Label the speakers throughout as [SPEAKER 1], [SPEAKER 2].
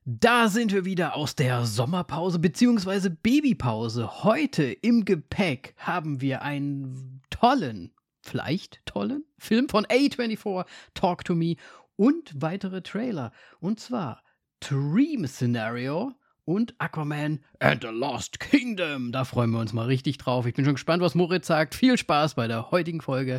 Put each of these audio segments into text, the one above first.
[SPEAKER 1] Da sind wir wieder aus der Sommerpause bzw. Babypause. Heute im Gepäck haben wir einen vielleicht tollen Film von A24, Talk to Me und weitere Trailer. Und zwar Dream Scenario und Aquaman and the Lost Kingdom. Da freuen wir uns mal richtig drauf. Ich bin schon gespannt, was Moritz sagt. Viel Spaß bei der heutigen Folge.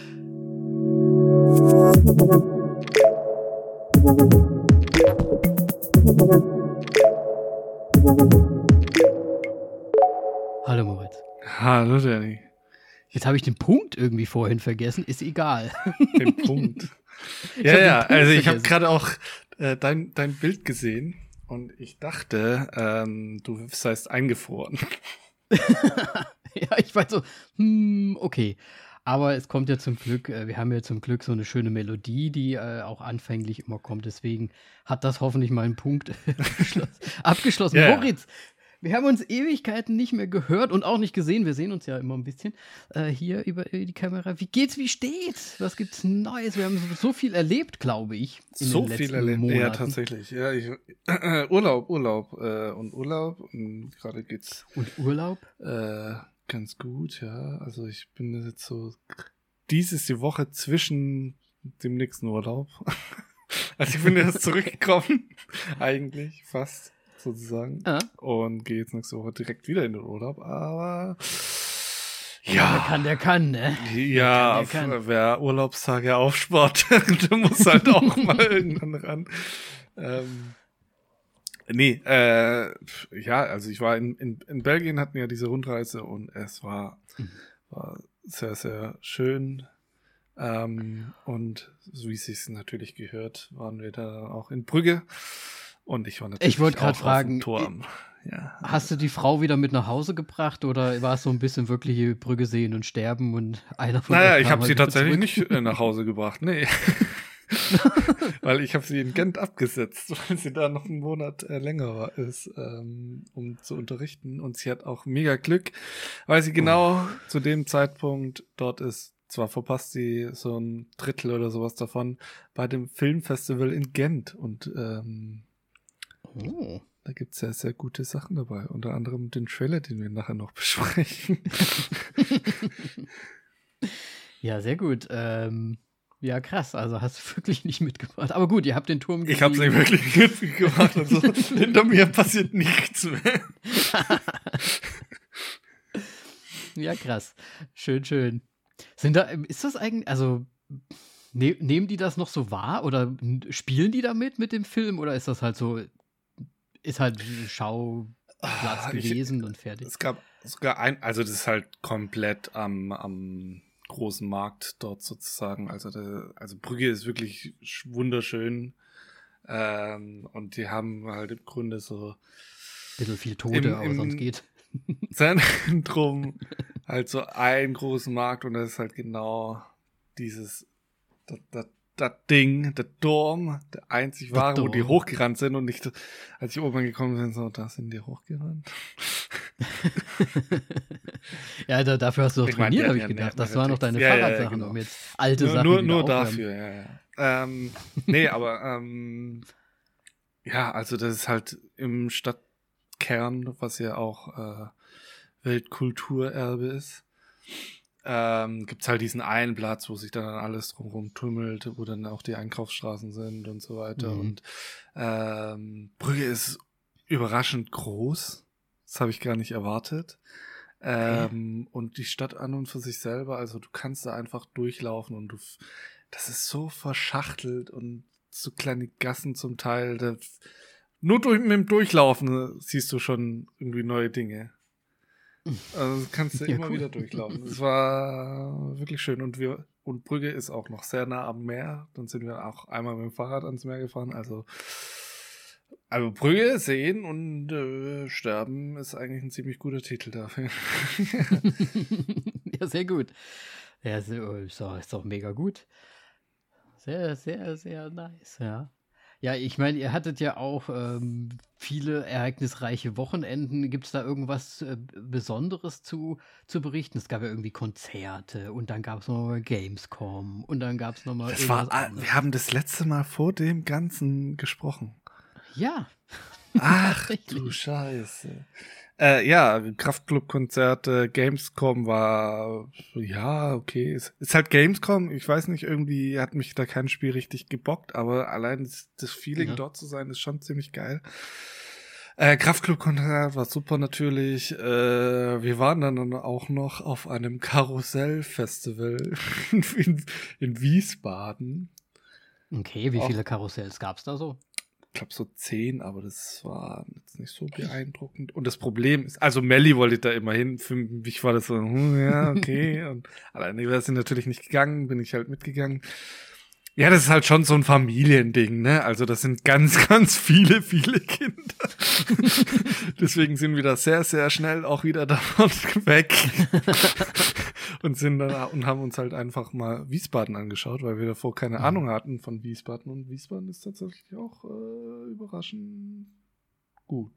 [SPEAKER 1] Hallo Moritz.
[SPEAKER 2] Hallo Danny.
[SPEAKER 1] Jetzt habe ich den Punkt irgendwie vorhin vergessen. Ist egal.
[SPEAKER 2] Den Punkt. Ja, also ich habe gerade auch dein Bild gesehen und ich dachte, du seist eingefroren.
[SPEAKER 1] Ja, ich war so, okay. Aber es kommt ja zum Glück, wir haben ja zum Glück so eine schöne Melodie, die auch anfänglich immer kommt. Deswegen hat das hoffentlich mal einen Punkt abgeschlossen.
[SPEAKER 2] Yeah.
[SPEAKER 1] Moritz, wir haben uns Ewigkeiten nicht mehr gehört und auch nicht gesehen. Wir sehen uns ja immer ein bisschen hier über die Kamera. Wie geht's, wie steht's? Was gibt's Neues? Wir haben so viel erlebt, glaube ich.
[SPEAKER 2] So viel erlebt,
[SPEAKER 1] Monaten.
[SPEAKER 2] Ja, tatsächlich. Ja, Urlaub. Und gerade geht's.
[SPEAKER 1] Und Urlaub?
[SPEAKER 2] Ganz gut, ja. Also ich bin jetzt so, dies ist die Woche zwischen dem nächsten Urlaub. Also ich bin jetzt zurückgekommen, eigentlich, fast, sozusagen.
[SPEAKER 1] Ah.
[SPEAKER 2] Und gehe jetzt nächste Woche direkt wieder in den Urlaub, aber ja.
[SPEAKER 1] Der kann, ne?
[SPEAKER 2] Ja, wer Urlaubstage aufspart, der muss halt auch mal irgendwann ran. Ja, also ich war in Belgien, hatten ja diese Rundreise und es war sehr, sehr schön. Und so wie es sich natürlich gehört, waren wir da auch in Brügge. Und ich war natürlich
[SPEAKER 1] ich wollte gerade fragen,
[SPEAKER 2] Turm. Ja.
[SPEAKER 1] Hast du die Frau wieder mit nach Hause gebracht oder war es so ein bisschen wirkliche Brügge sehen und sterben und einer von
[SPEAKER 2] Naja, ich habe sie tatsächlich nicht nach Hause gebracht, nee. Weil ich habe sie in Gent abgesetzt, weil sie da noch einen Monat länger ist, um zu unterrichten. Und sie hat auch mega Glück, weil sie genau zu dem Zeitpunkt dort ist. Zwar verpasst sie so ein Drittel oder sowas davon bei dem Filmfestival in Gent. Und da gibt es sehr, sehr gute Sachen dabei. Unter anderem den Trailer, den wir nachher noch besprechen.
[SPEAKER 1] Ja, sehr gut. Ja, krass. Also hast du wirklich nicht mitgebracht. Aber gut, ihr habt den Turm gesehen.
[SPEAKER 2] Ich habe es nicht wirklich mitgebracht. Also hinter mir passiert nichts mehr.
[SPEAKER 1] Ja, krass. Schön. Ist das eigentlich, also nehmen die das noch so wahr oder spielen die damit mit dem Film oder ist das halt so, ist halt ein Schauplatz gewesen und fertig?
[SPEAKER 2] Es gab sogar also das ist halt komplett am großen Markt dort sozusagen. Also Brügge ist wirklich wunderschön. Und die haben halt im Grunde so
[SPEAKER 1] bisschen viel Tote, aber sonst geht.
[SPEAKER 2] Zentrum halt so einen großen Markt und das ist halt genau dieses das Ding, der Turm, der einzig wahre, wo die hochgerannt sind und nicht, als ich oben gekommen bin, so, da sind die hochgerannt.
[SPEAKER 1] Ja, dafür hast du doch trainiert, habe ich gedacht. Das waren noch deine Fahrradsachen,
[SPEAKER 2] genau.
[SPEAKER 1] Um jetzt alte Sachen
[SPEAKER 2] Nur dafür, ja. Nee, aber ja, also das ist halt im Stadtkern, was ja auch Weltkulturerbe ist. Gibt's halt diesen einen Platz, wo sich dann alles drumherum tummelt, wo dann auch die Einkaufsstraßen sind und so weiter. Und Brügge ist überraschend groß. Das habe ich gar nicht erwartet. Und die Stadt an und für sich selber, also du kannst da einfach durchlaufen und das ist so verschachtelt und so kleine Gassen zum Teil. Nur mit dem Durchlaufen siehst du schon irgendwie neue Dinge. Also kannst du immer wieder durchlaufen. Es war wirklich schön. Und Brügge ist auch noch sehr nah am Meer. Dann sind wir auch einmal mit dem Fahrrad ans Meer gefahren. Also Brügge sehen und sterben ist eigentlich ein ziemlich guter Titel dafür.
[SPEAKER 1] Ja, sehr gut. Ja, ist doch mega gut. Sehr, sehr, sehr nice, ja. Ja, ich meine, ihr hattet ja auch viele ereignisreiche Wochenenden. Gibt es da irgendwas Besonderes zu berichten? Es gab ja irgendwie Konzerte und dann gab es nochmal Gamescom und dann gab es nochmal
[SPEAKER 2] Wir haben das letzte Mal vor dem Ganzen gesprochen.
[SPEAKER 1] Ja.
[SPEAKER 2] Ach du Scheiße. Ja, Kraftclub-Konzerte, Gamescom war, ja, okay. Ist halt Gamescom, ich weiß nicht, irgendwie hat mich da kein Spiel richtig gebockt, aber allein das Feeling dort zu sein, ist schon ziemlich geil. Kraftclub-Konzert war super natürlich. Wir waren dann auch noch auf einem Karussell-Festival in Wiesbaden.
[SPEAKER 1] Okay, wie viele Karussells gab's da so?
[SPEAKER 2] Ich glaube so 10, aber das war jetzt nicht so beeindruckend. Und das Problem ist, also Melli wollte da immer hin. Für mich war das so, ja, okay. Und alleine wäre sie natürlich nicht gegangen, bin ich halt mitgegangen. Ja, das ist halt schon so ein Familiending, ne? Also das sind ganz, ganz viele Kinder. Deswegen sind wir da sehr, sehr schnell auch wieder davon weg. Und sind dann und haben uns halt einfach mal Wiesbaden angeschaut, weil wir davor keine Ahnung hatten von Wiesbaden. Und Wiesbaden ist tatsächlich auch überraschend gut.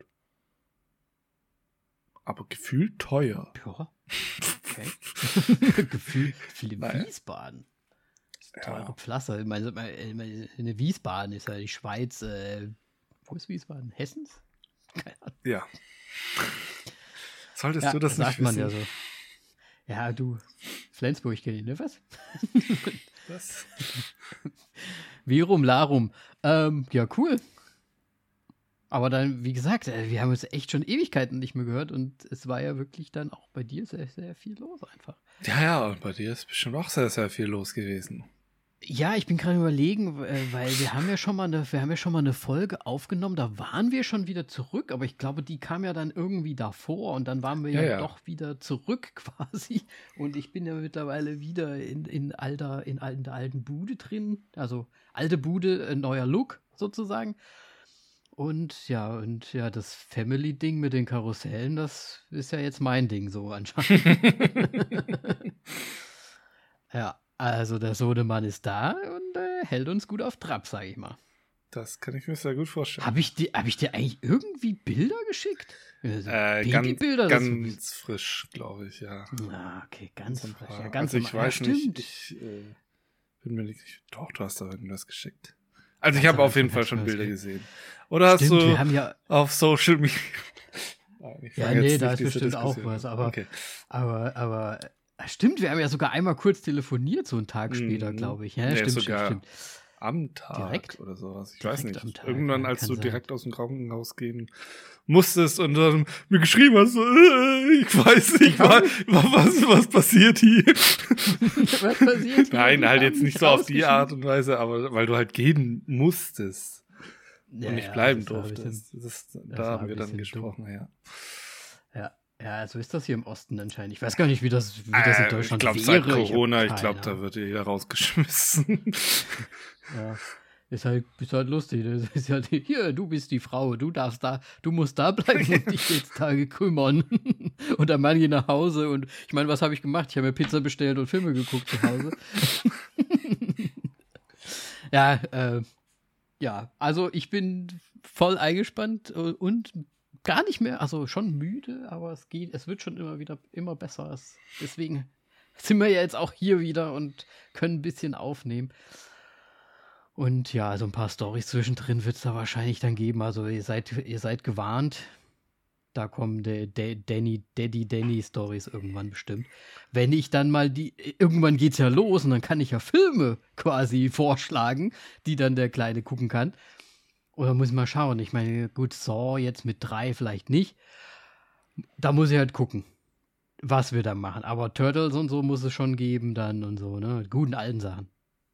[SPEAKER 2] Aber gefühlt teuer.
[SPEAKER 1] Ja. Okay. Gefühlt viel in Wiesbaden. Teure Pflaster. Ich meine, in Wiesbaden ist ja die Schweiz. Wo ist Wiesbaden? Hessens? Keine Ahnung.
[SPEAKER 2] Ja. Solltest du das nicht
[SPEAKER 1] sagt man ja so. Ja, du, Flensburg kenne ich, ne? Was?
[SPEAKER 2] Was?
[SPEAKER 1] Virum Larum. Ja, cool. Aber dann, wie gesagt, wir haben uns echt schon Ewigkeiten nicht mehr gehört und es war ja wirklich dann auch bei dir sehr, sehr viel los einfach.
[SPEAKER 2] Ja, und bei dir ist bestimmt auch sehr, sehr viel los gewesen.
[SPEAKER 1] Ja, ich bin gerade überlegen, weil wir haben ja schon mal eine Folge aufgenommen, da waren wir schon wieder zurück, aber ich glaube, die kam ja dann irgendwie davor und dann waren wir ja doch wieder zurück quasi und ich bin ja mittlerweile wieder in der alten Bude drin, also alte Bude, neuer Look sozusagen und ja, das Family-Ding mit den Karussellen, das ist ja jetzt mein Ding so anscheinend. Ja. Also der Sohnemann ist da und hält uns gut auf Trab, sage ich mal.
[SPEAKER 2] Das kann ich mir sehr gut vorstellen.
[SPEAKER 1] Hab ich dir eigentlich irgendwie Bilder geschickt? Babybilder?
[SPEAKER 2] Ganz frisch, glaube ich, ja.
[SPEAKER 1] Ah, okay, ganz frisch. Ja,
[SPEAKER 2] ganz also ich weiß nicht, ich bin mir nicht sicher. Doch, du hast da irgendwas geschickt. Also ich habe auf jeden Fall schon Bilder gesehen. Oder hast du auf Social Media...
[SPEAKER 1] Ja, nee, da ist bestimmt auch was, aber stimmt, wir haben ja sogar einmal kurz telefoniert, so einen Tag später, glaube ich. Ja, stimmt.
[SPEAKER 2] Am Tag direkt? Oder sowas. Ich weiß nicht.
[SPEAKER 1] Tag,
[SPEAKER 2] irgendwann, als du direkt aus dem Krankenhaus gehen musstest und dann mir geschrieben hast, so, ich weiß nicht, was passiert hier?
[SPEAKER 1] Was passiert hier?
[SPEAKER 2] Nein, halt jetzt nicht so auf die Art und Weise, aber weil du halt gehen musstest und nicht bleiben durftest. Da haben wir dann gesprochen, ja.
[SPEAKER 1] Ja, so ist das hier im Osten anscheinend. Ich weiß gar nicht, wie das in Deutschland wäre.
[SPEAKER 2] Ich glaube, seit Corona, da wird jeder rausgeschmissen.
[SPEAKER 1] Ja, ist halt lustig. Das ist halt, hier, du bist die Frau, du musst da bleiben und dich jetzt Tage kümmern. Und der Mann geht nach Hause und ich meine, was habe ich gemacht? Ich habe mir Pizza bestellt und Filme geguckt zu Hause. Ja, also ich bin voll eingespannt und gar nicht mehr, also schon müde, aber es wird schon immer besser. Deswegen sind wir ja jetzt auch hier wieder und können ein bisschen aufnehmen. Und ja, so ein paar Storys zwischendrin wird es da wahrscheinlich dann geben. Also ihr seid gewarnt. Da kommen Daddy-Stories irgendwann bestimmt. Wenn ich dann mal irgendwann geht's ja los und dann kann ich ja Filme quasi vorschlagen, die dann der Kleine gucken kann. Oder muss ich mal schauen. Ich meine, gut, Saw jetzt mit 3 vielleicht nicht. Da muss ich halt gucken, was wir da machen. Aber Turtles und so muss es schon geben dann und so, ne? Guten alten Sachen.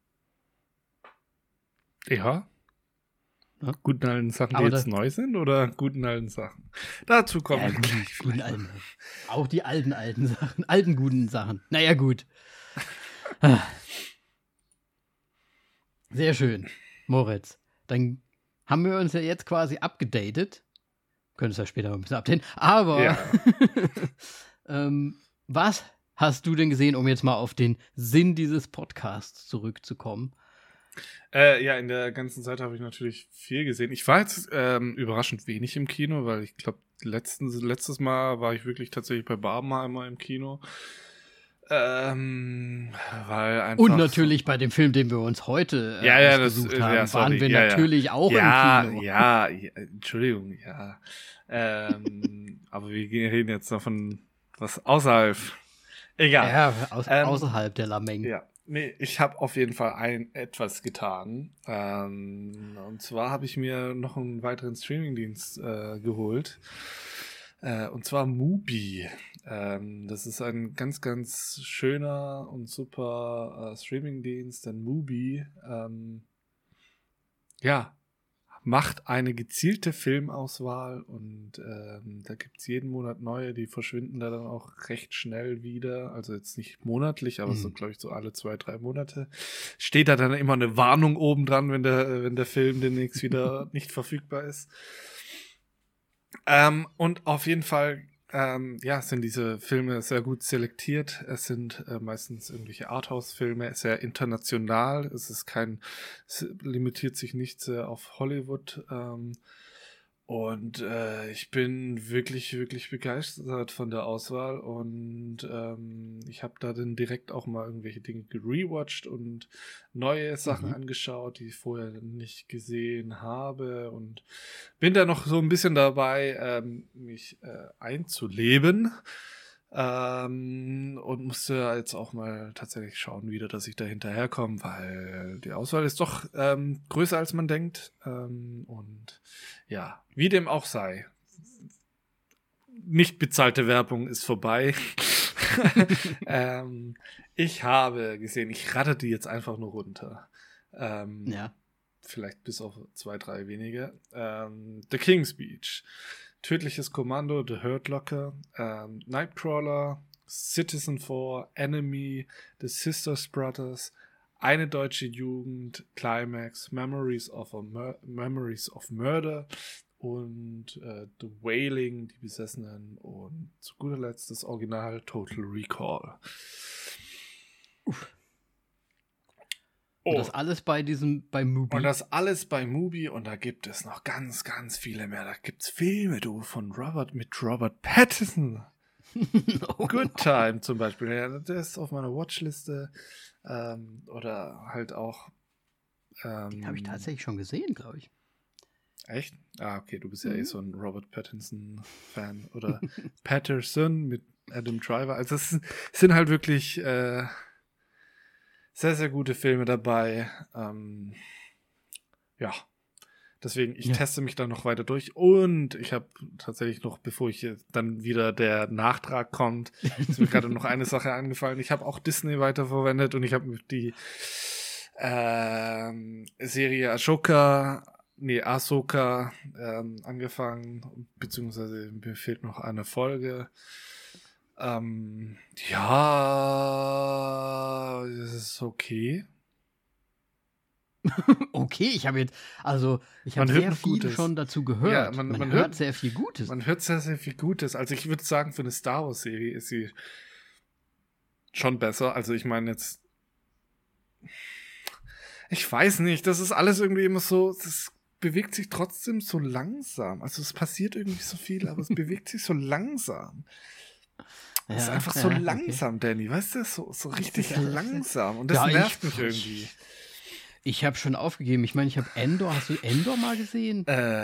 [SPEAKER 2] Ja. Guten alten Sachen, die jetzt neu sind oder guten alten Sachen? Dazu kommen wir gleich.
[SPEAKER 1] Guten alten. Auch die alten Sachen. Alten guten Sachen. Naja, gut. Sehr schön. Moritz, dann haben wir uns ja jetzt quasi abgedatet. Können es ja später ein bisschen updaten. Aber was hast du denn gesehen, um jetzt mal auf den Sinn dieses Podcasts zurückzukommen?
[SPEAKER 2] Ja, in der ganzen Zeit habe ich natürlich viel gesehen. Ich war jetzt überraschend wenig im Kino, weil ich glaube, letztes Mal war ich wirklich tatsächlich bei Barbenheimer im Kino. Weil einfach.
[SPEAKER 1] Und natürlich bei dem Film, den wir uns heute ausgesucht haben, waren wir natürlich auch im Kino.
[SPEAKER 2] Ja, Entschuldigung, ja. Aber wir reden jetzt noch von was außerhalb. Egal.
[SPEAKER 1] Ja, außerhalb der Lameng.
[SPEAKER 2] Ja. Nee, ich habe auf jeden Fall etwas getan. Und zwar habe ich mir noch einen weiteren Streamingdienst geholt. Und zwar Mubi. Das ist ein ganz, ganz schöner und super Streamingdienst, denn Mubi macht eine gezielte Filmauswahl und da gibt es jeden Monat neue, die verschwinden da dann auch recht schnell wieder. Also jetzt nicht monatlich, aber so, glaube ich, so alle 2-3 Monate. Steht da dann immer eine Warnung oben dran, wenn der Film demnächst wieder nicht verfügbar ist. Und auf jeden Fall sind diese Filme sehr gut selektiert. Es sind meistens irgendwelche Arthouse-Filme, sehr international. Es limitiert sich nicht sehr auf Hollywood. Und ich bin wirklich, wirklich begeistert von der Auswahl. Und ich habe da dann direkt auch mal irgendwelche Dinge gerewatcht und neue Sachen angeschaut, die ich vorher nicht gesehen habe. Und bin da noch so ein bisschen dabei, mich einzuleben. Und musste jetzt auch mal tatsächlich schauen wieder, dass ich da hinterherkomme, weil die Auswahl ist doch größer als man denkt. Und ja, wie dem auch sei. Nicht bezahlte Werbung ist vorbei. Ich habe gesehen, ich ratte die jetzt einfach nur runter. Vielleicht bis auf 2-3 wenige. The King's Speech. Tödliches Kommando, The Hurt Locker, Nightcrawler, Citizen 4, Enemy, The Sisters Brothers, Eine deutsche Jugend, Climax, Memories of Murder und The Wailing, Die Besessenen und zu guter Letzt das Original Total Recall.
[SPEAKER 1] Und das alles bei Mubi.
[SPEAKER 2] Und das alles bei Mubi und da gibt es noch ganz, ganz viele mehr. Da gibt es Filme, mit Robert Pattinson. Good Time zum Beispiel. Ja, der ist auf meiner Watchliste. Oder halt auch.
[SPEAKER 1] Den habe ich tatsächlich schon gesehen, glaube ich.
[SPEAKER 2] Echt? Ah, okay, du bist ja so ein Robert Pattinson-Fan. Oder Patterson mit Adam Driver. Also es sind halt wirklich sehr, sehr gute Filme dabei. Deswegen, ich teste mich da noch weiter durch. Und ich habe tatsächlich noch, bevor dann wieder der Nachtrag kommt, ist mir gerade noch eine Sache angefallen. Ich habe auch Disney weiterverwendet und ich habe die Serie Ahsoka angefangen, beziehungsweise mir fehlt noch eine Folge. Das ist okay.
[SPEAKER 1] Okay, ich habe sehr viel schon dazu gehört.
[SPEAKER 2] Ja,
[SPEAKER 1] man hört sehr viel Gutes.
[SPEAKER 2] Man hört sehr, sehr viel Gutes. Also ich würde sagen, für eine Star Wars Serie ist sie schon besser. Also ich meine jetzt, ich weiß nicht, das ist alles irgendwie immer so, das bewegt sich trotzdem so langsam. Also es passiert irgendwie so viel, aber es bewegt sich so langsam. Es ist einfach so langsam, okay. Danny, weißt du, so richtig langsam. Und das nervt mich irgendwie.
[SPEAKER 1] Ich habe schon aufgegeben. Ich meine, hast du Endor mal gesehen?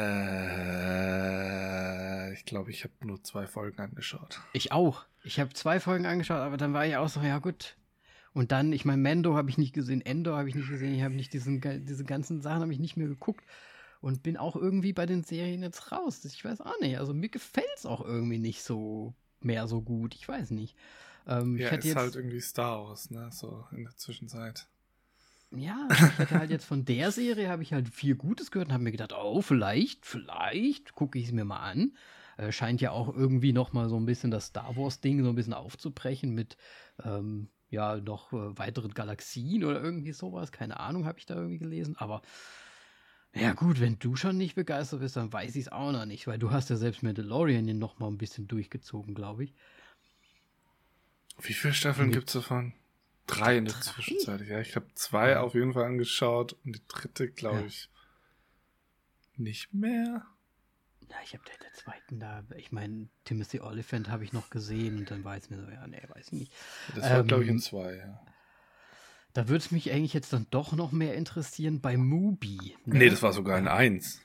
[SPEAKER 2] Ich glaube, ich habe nur 2 Folgen angeschaut.
[SPEAKER 1] Ich auch. Ich habe 2 Folgen angeschaut, aber dann war ich auch so, ja gut. Und dann, ich meine, Mando habe ich nicht gesehen, Endor habe ich nicht gesehen, ich habe nicht diese ganzen Sachen habe ich nicht mehr geguckt und bin auch irgendwie bei den Serien jetzt raus. Ich weiß auch nicht. Also mir gefällt es auch irgendwie nicht so mehr so gut. Ich weiß nicht.
[SPEAKER 2] Ist halt irgendwie Star Wars, ne? So in der Zwischenzeit.
[SPEAKER 1] Ja, ich hatte halt jetzt von der Serie habe ich halt viel Gutes gehört und habe mir gedacht, oh, vielleicht gucke ich es mir mal an. Scheint ja auch irgendwie noch mal so ein bisschen das Star Wars-Ding so ein bisschen aufzubrechen mit noch weiteren Galaxien oder irgendwie sowas. Keine Ahnung, habe ich da irgendwie gelesen. Aber ja gut, wenn du schon nicht begeistert bist, dann weiß ich es auch noch nicht, weil du hast ja selbst Mandalorian noch mal ein bisschen durchgezogen, glaube ich.
[SPEAKER 2] Wie viele Staffeln gibt es davon? 3 in der Zwischenzeit. Ja, ich habe 2 auf jeden Fall angeschaut und die 3. glaube ich nicht mehr.
[SPEAKER 1] ich habe der zweiten da, ich meine, Timothy Olyphant habe ich noch gesehen und dann war es mir so, ja, nee, weiß ich nicht.
[SPEAKER 2] Das war, glaube ich, in 2, ja.
[SPEAKER 1] Da würde es mich eigentlich jetzt dann doch noch mehr interessieren bei Mubi. Ne?
[SPEAKER 2] Nee, das war sogar in 1.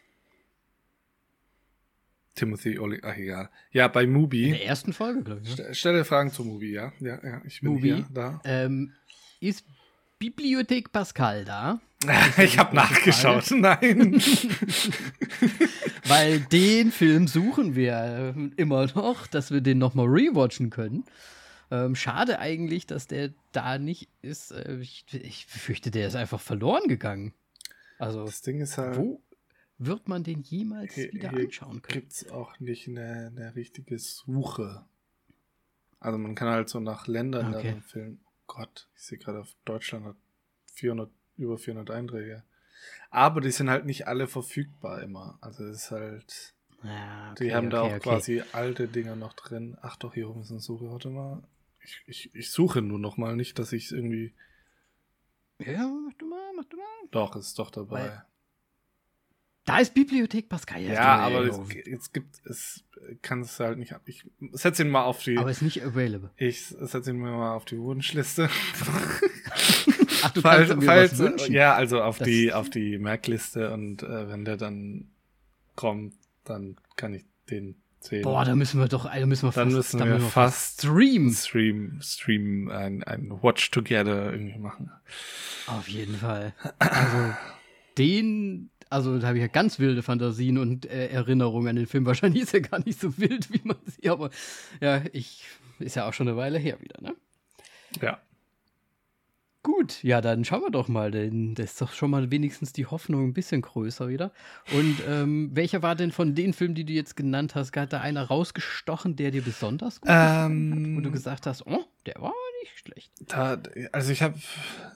[SPEAKER 2] Timothy Olyphant, ach egal. Ja, bei Mubi.
[SPEAKER 1] In der ersten Folge, glaube ich. Ne?
[SPEAKER 2] Stelle Fragen zu Mubi, ja. Ja, ich bin
[SPEAKER 1] Mubi,
[SPEAKER 2] hier, da.
[SPEAKER 1] Ist Bibliothek Pascal da?
[SPEAKER 2] Ich habe nachgeschaut, nein.
[SPEAKER 1] Weil den Film suchen wir immer noch, dass wir den nochmal rewatchen können. Schade eigentlich, dass der da nicht ist. Ich fürchte, der ist einfach verloren gegangen. Also,
[SPEAKER 2] das Ding ist halt,
[SPEAKER 1] wo wird man den jemals wieder anschauen können?
[SPEAKER 2] Gibt es auch nicht eine richtige Suche. Also man kann halt so nach Ländern da den Film. Oh Gott, ich sehe gerade, auf Deutschland hat über 400 Einträge. Aber die sind halt nicht alle verfügbar immer. Also es ist halt...
[SPEAKER 1] Ja,
[SPEAKER 2] die haben da auch quasi alte Dinger noch drin. Ach doch, hier oben ist eine Suche. Warte mal. Ich suche nur noch mal, nicht, dass ich es irgendwie...
[SPEAKER 1] Ja, mach du mal.
[SPEAKER 2] Doch, ist doch dabei.
[SPEAKER 1] Weil da ist Bibliothek Pascal.
[SPEAKER 2] Ja, aber es kann es halt nicht... Ich setze ihn mal auf die...
[SPEAKER 1] Aber ist nicht available.
[SPEAKER 2] Ich setze ihn mal auf die Wunschliste.
[SPEAKER 1] Ach, du kannst mir was wünschen?
[SPEAKER 2] Ja, also auf die Merkliste und wenn der dann kommt, dann kann ich den sehen.
[SPEAKER 1] Boah, dann müssen wir fast
[SPEAKER 2] Stream ein Watch Together irgendwie machen.
[SPEAKER 1] Auf jeden Fall. Also da habe ich ja ganz wilde Fantasien und Erinnerungen an den Film. Wahrscheinlich ist er gar nicht so wild, wie man sieht, aber ja, ist ja auch schon eine Weile her wieder, ne?
[SPEAKER 2] Ja.
[SPEAKER 1] Gut, ja, dann schauen wir doch mal, denn das ist doch schon mal wenigstens die Hoffnung ein bisschen größer wieder. Und welcher war denn von den Filmen, die du jetzt genannt hast, hat da einer rausgestochen, der dir besonders gut gefallen hat, wo du gesagt hast, oh, der war nicht schlecht?
[SPEAKER 2] Also ich habe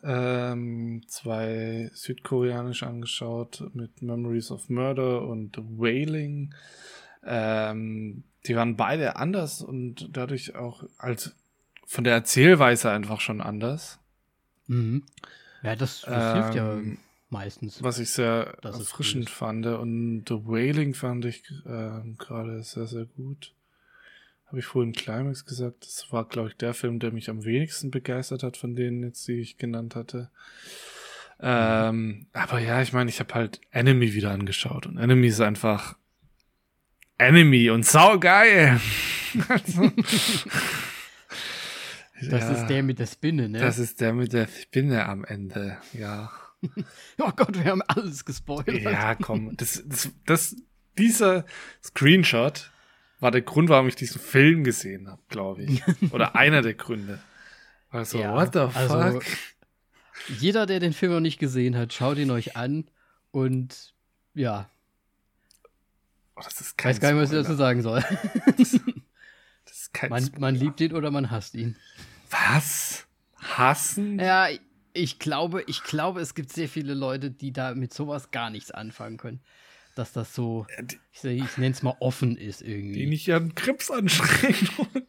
[SPEAKER 2] 2 südkoreanisch angeschaut mit Memories of Murder und Wailing. Die waren beide anders und dadurch auch als von der Erzählweise einfach schon anders.
[SPEAKER 1] Mhm. Ja, das hilft ja meistens.
[SPEAKER 2] Was ich sehr erfrischend fand. Und The Wailing fand ich gerade sehr, sehr gut. Habe ich vorhin Climax gesagt. Das war, glaube ich, der Film, der mich am wenigsten begeistert hat von denen jetzt, die ich genannt hatte. Aber ja, ich meine, ich habe halt Enemy wieder angeschaut. Und Enemy ist einfach Enemy und saugeil. Also,
[SPEAKER 1] das ist der mit der Spinne, ne?
[SPEAKER 2] Das ist der mit der Spinne am Ende, ja.
[SPEAKER 1] Oh Gott, wir haben alles gespoilert.
[SPEAKER 2] Ja, komm. Dieser Screenshot war der Grund, warum ich diesen Film gesehen habe, glaube ich. Oder einer der Gründe. Also, ja, what the fuck? Also,
[SPEAKER 1] jeder, der den Film noch nicht gesehen hat, schaut ihn euch an und ja.
[SPEAKER 2] Das ist
[SPEAKER 1] kein Weiß gar nicht, was ich dazu sagen soll.
[SPEAKER 2] Das ist kein
[SPEAKER 1] man liebt ihn oder man hasst ihn.
[SPEAKER 2] Was? Hassen?
[SPEAKER 1] Ja, ich glaube, es gibt sehr viele Leute, die da mit sowas gar nichts anfangen können. Dass das so, ich nenne es mal offen ist irgendwie.
[SPEAKER 2] Die nicht an Krebs anschreien.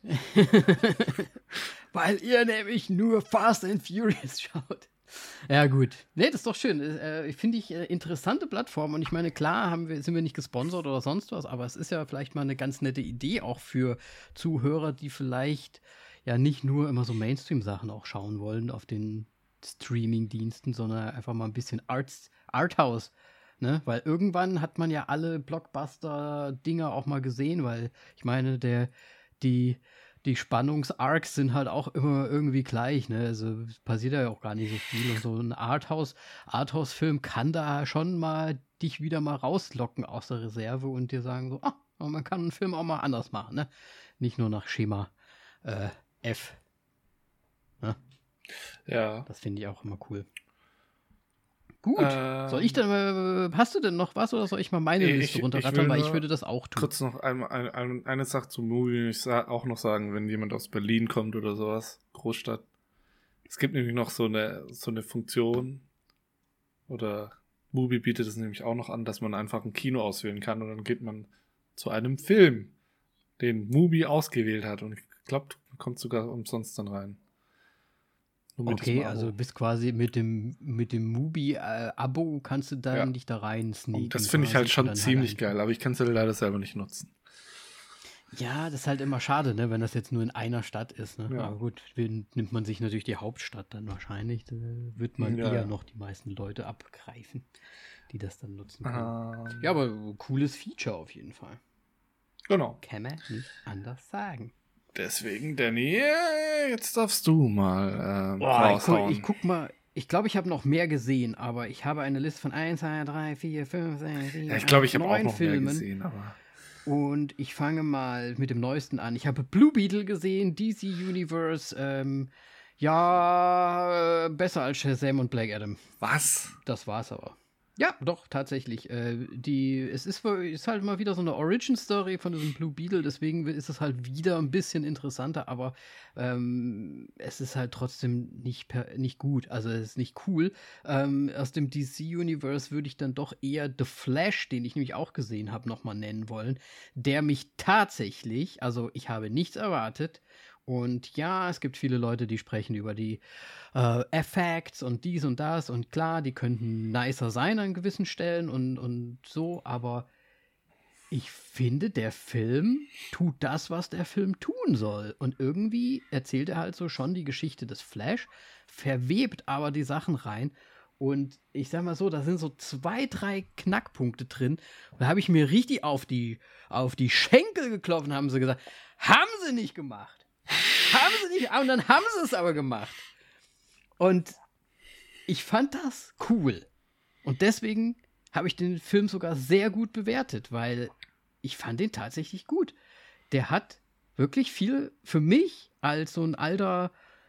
[SPEAKER 1] Weil ihr nämlich nur Fast and Furious schaut. Ja, gut. Nee, das ist doch schön. Finde ich interessante Plattform. Und ich meine, klar sind wir nicht gesponsert oder sonst was, aber es ist ja vielleicht mal eine ganz nette Idee auch für Zuhörer, die vielleicht ja nicht nur immer so Mainstream-Sachen auch schauen wollen auf den Streaming-Diensten, sondern einfach mal ein bisschen Arthouse. Ne? Weil irgendwann hat man ja alle Blockbuster-Dinger auch mal gesehen, weil ich meine, die Spannungs-Arcs sind halt auch immer irgendwie gleich, ne? Also es passiert ja auch gar nicht so viel. Und so ein Arthouse-Film kann da schon mal dich wieder mal rauslocken aus der Reserve und dir sagen so, man kann einen Film auch mal anders machen, ne? Nicht nur nach Schema F. Ne?
[SPEAKER 2] Ja.
[SPEAKER 1] Das finde ich auch immer cool. Gut. Soll ich dann, hast du denn noch was oder soll ich mal meine Liste runterrattern, weil ich würde das auch tun.
[SPEAKER 2] Kurz noch eine Sache zum Movie. Ich auch noch sagen, wenn jemand aus Berlin kommt oder sowas, Großstadt. Es gibt nämlich noch so eine Funktion, oder Mubi bietet es nämlich auch noch an, dass man einfach ein Kino auswählen kann und dann geht man zu einem Film, den Mubi ausgewählt hat und ich glaube, man kommt sogar umsonst dann rein.
[SPEAKER 1] Okay, also du bist quasi mit dem Mubi-Abo kannst du dann dich da rein sneaken.
[SPEAKER 2] Und das finde ich halt schon ziemlich geil, aber ich kann es ja leider selber nicht nutzen.
[SPEAKER 1] Ja, das ist halt immer schade, ne, wenn das jetzt nur in einer Stadt ist. Ne?
[SPEAKER 2] Ja.
[SPEAKER 1] Aber gut, nimmt man sich natürlich die Hauptstadt dann wahrscheinlich. Da wird man eher noch die meisten Leute abgreifen, die das dann nutzen können. Ja, aber cooles Feature auf jeden Fall.
[SPEAKER 2] Genau.
[SPEAKER 1] Kann man nicht anders sagen.
[SPEAKER 2] Deswegen, Danny, jetzt darfst du mal raushauen.
[SPEAKER 1] Ich guck mal. Ich glaube, ich habe noch mehr gesehen, aber ich habe eine Liste von 1, 2, 3, 4, 5, 6, 7,
[SPEAKER 2] ich glaube, ich habe auch
[SPEAKER 1] 9
[SPEAKER 2] noch
[SPEAKER 1] Filmen.
[SPEAKER 2] mehr gesehen, aber...
[SPEAKER 1] Und ich fange mal mit dem Neuesten an. Ich habe Blue Beetle gesehen, DC Universe. Besser als Shazam und Black Adam.
[SPEAKER 2] Was?
[SPEAKER 1] Das war's aber. Ja, doch, tatsächlich. Es ist halt mal wieder so eine Origin-Story von diesem Blue Beetle, deswegen ist es halt wieder ein bisschen interessanter, aber es ist halt trotzdem nicht gut. Also es ist nicht cool. Aus dem DC-Universe würde ich dann doch eher The Flash, den ich nämlich auch gesehen habe, nochmal nennen wollen, der mich tatsächlich, also ich habe nichts erwartet. Und ja, es gibt viele Leute, die sprechen über die Effects und dies und das. Und klar, die könnten nicer sein an gewissen Stellen und so. Aber ich finde, der Film tut das, was der Film tun soll. Und irgendwie erzählt er halt so schon die Geschichte des Flash, verwebt aber die Sachen rein. Und ich sag mal so, da sind so 2, 3 Knackpunkte drin. Und da habe ich mir richtig auf die Schenkel geklopft und haben sie gesagt, haben sie nicht gemacht. Haben sie nicht, und dann haben sie es aber gemacht. Und ich fand das cool. Und deswegen habe ich den Film sogar sehr gut bewertet, weil ich fand den tatsächlich gut. Der hat wirklich viel für mich als so ein alter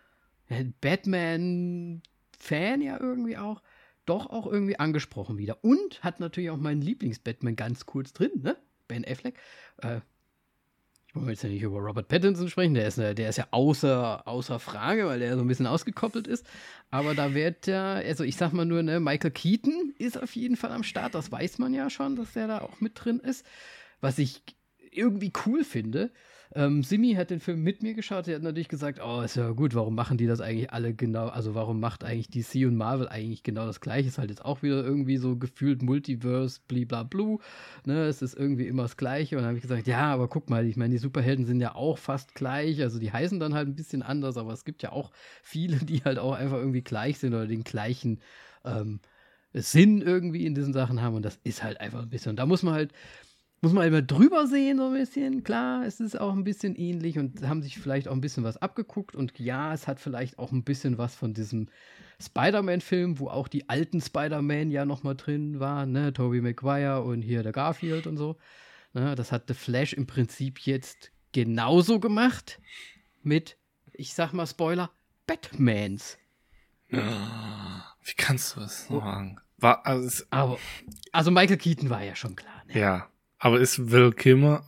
[SPEAKER 1] Batman-Fan ja irgendwie auch, doch auch irgendwie angesprochen wieder. Und hat natürlich auch meinen Lieblings-Batman ganz kurz drin, ne? Ben Affleck. Ich wollte jetzt ja nicht über Robert Pattinson sprechen, der ist ja außer Frage, weil der so ein bisschen ausgekoppelt ist. Aber da wird ja, also ich sag mal nur, ne, Michael Keaton ist auf jeden Fall am Start, das weiß man ja schon, dass der da auch mit drin ist. Was ich irgendwie cool finde. Simi hat den Film mit mir geschaut, sie hat natürlich gesagt, oh, ist ja gut, warum machen die das eigentlich alle genau, also warum macht eigentlich DC und Marvel eigentlich genau das Gleiche, ist halt jetzt auch wieder irgendwie so gefühlt Multiverse, bliblablu, ne, es ist irgendwie immer das Gleiche und dann habe ich gesagt, ja, aber guck mal, ich meine, die Superhelden sind ja auch fast gleich, also die heißen dann halt ein bisschen anders, aber es gibt ja auch viele, die halt auch einfach irgendwie gleich sind oder den gleichen Sinn irgendwie in diesen Sachen haben und das ist halt einfach ein bisschen, und da muss man immer drüber sehen, so ein bisschen. Klar, es ist auch ein bisschen ähnlich und haben sich vielleicht auch ein bisschen was abgeguckt. Und ja, es hat vielleicht auch ein bisschen was von diesem Spider-Man-Film, wo auch die alten Spider-Man ja noch mal drin waren, ne? Tobey Maguire und hier der Garfield und so. Ne? Das hat The Flash im Prinzip jetzt genauso gemacht mit, ich sag mal Spoiler, Batmans.
[SPEAKER 2] Wie kannst du das sagen?
[SPEAKER 1] Also Michael Keaton war ja schon klar. Ne?
[SPEAKER 2] Ja. Aber ist Val Kilmer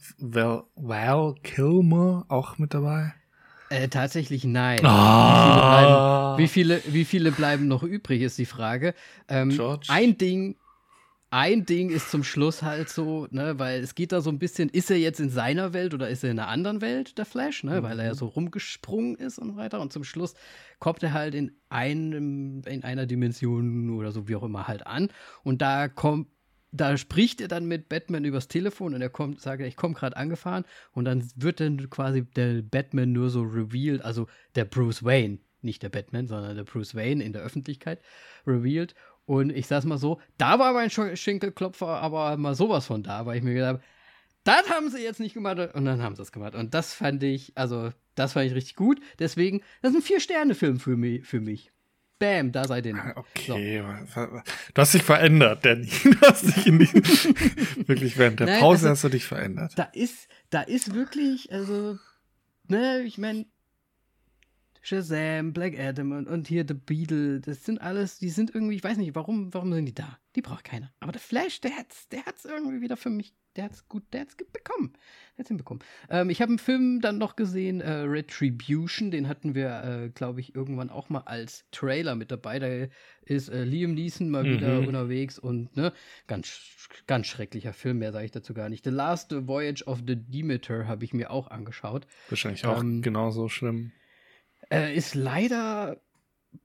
[SPEAKER 2] auch mit dabei?
[SPEAKER 1] Tatsächlich nein.
[SPEAKER 2] Oh.
[SPEAKER 1] Wie viele bleiben noch übrig, ist die Frage.
[SPEAKER 2] George?
[SPEAKER 1] Ein Ding ist zum Schluss halt so, ne, weil es geht da so ein bisschen, ist er jetzt in seiner Welt oder ist er in einer anderen Welt, der Flash, ne, weil er ja so rumgesprungen ist und so weiter. Und zum Schluss kommt er halt in einer Dimension oder so, wie auch immer, halt an. Und da spricht er dann mit Batman übers Telefon und sagt, ich komme gerade angefahren und dann wird dann quasi der Batman nur so revealed, also der Bruce Wayne, nicht der Batman, sondern der Bruce Wayne in der Öffentlichkeit revealed. Und ich sag's mal so, da war mein Schenkelklopfer aber mal sowas von da, weil ich mir gedacht habe, das haben sie jetzt nicht gemacht und dann haben sie es gemacht. Und das fand ich richtig gut. Deswegen, das ist ein 4-Sterne-Film für mich. Bam, da seid ihr nicht.
[SPEAKER 2] Okay, so. Du hast dich verändert, Danny. Du hast dich wirklich während der Pause hast du dich verändert.
[SPEAKER 1] Da ist wirklich, also, ne, ich meine, Shazam, Black Adam und hier The Beetle, das sind alles, die sind irgendwie, ich weiß nicht, warum sind die da? Die braucht keiner. Aber der Flash, der hat's irgendwie wieder für mich, der hat's hinbekommen. Ich habe einen Film dann noch gesehen, Retribution, den hatten wir, glaube ich, irgendwann auch mal als Trailer mit dabei. Da ist Liam Neeson mal wieder unterwegs und, ne, ganz, ganz schrecklicher Film, mehr sage ich dazu gar nicht. The Last Voyage of the Demeter habe ich mir auch angeschaut.
[SPEAKER 2] Wahrscheinlich auch genauso schlimm.
[SPEAKER 1] Ist leider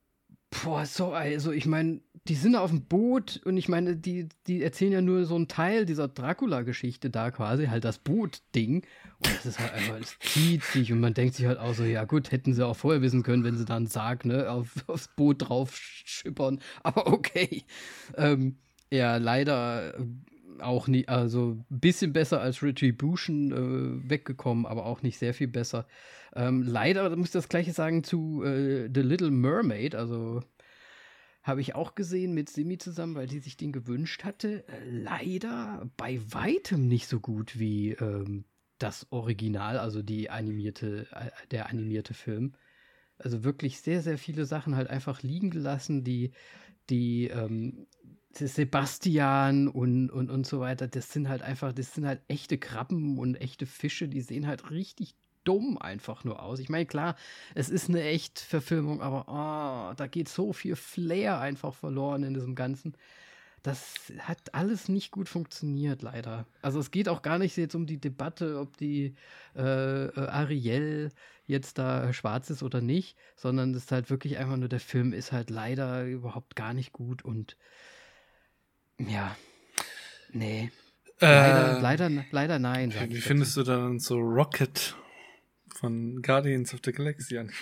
[SPEAKER 1] Boah, also ich meine, die sind auf dem Boot und ich meine, die erzählen ja nur so einen Teil dieser Dracula-Geschichte da quasi, halt das Boot-Ding. Und das ist halt einfach, es zieht sich und man denkt sich halt auch so, ja gut, hätten sie auch vorher wissen können, wenn sie dann Sarg, ne, aufs Boot drauf schippern. Aber okay. Ja, leider auch nie, also ein bisschen besser als Retribution weggekommen, aber auch nicht sehr viel besser. Leider muss ich das Gleiche sagen zu The Little Mermaid, also habe ich auch gesehen mit Simi zusammen, weil die sich den gewünscht hatte. Leider bei weitem nicht so gut wie das Original, also der animierte Film. Also wirklich sehr, sehr viele Sachen halt einfach liegen gelassen, die Sebastian und so weiter, das sind halt echte Krabben und echte Fische, die sehen halt richtig dumm einfach nur aus. Ich meine, klar, es ist eine Echtverfilmung, aber da geht so viel Flair einfach verloren in diesem Ganzen. Das hat alles nicht gut funktioniert, leider. Also es geht auch gar nicht jetzt um die Debatte, ob die Ariel jetzt da schwarz ist oder nicht, sondern es ist halt wirklich einfach nur, der Film ist halt leider überhaupt gar nicht gut und ja, nee. Leider nein.
[SPEAKER 2] Wie findest du dann so Rocket von Guardians of the Galaxy an?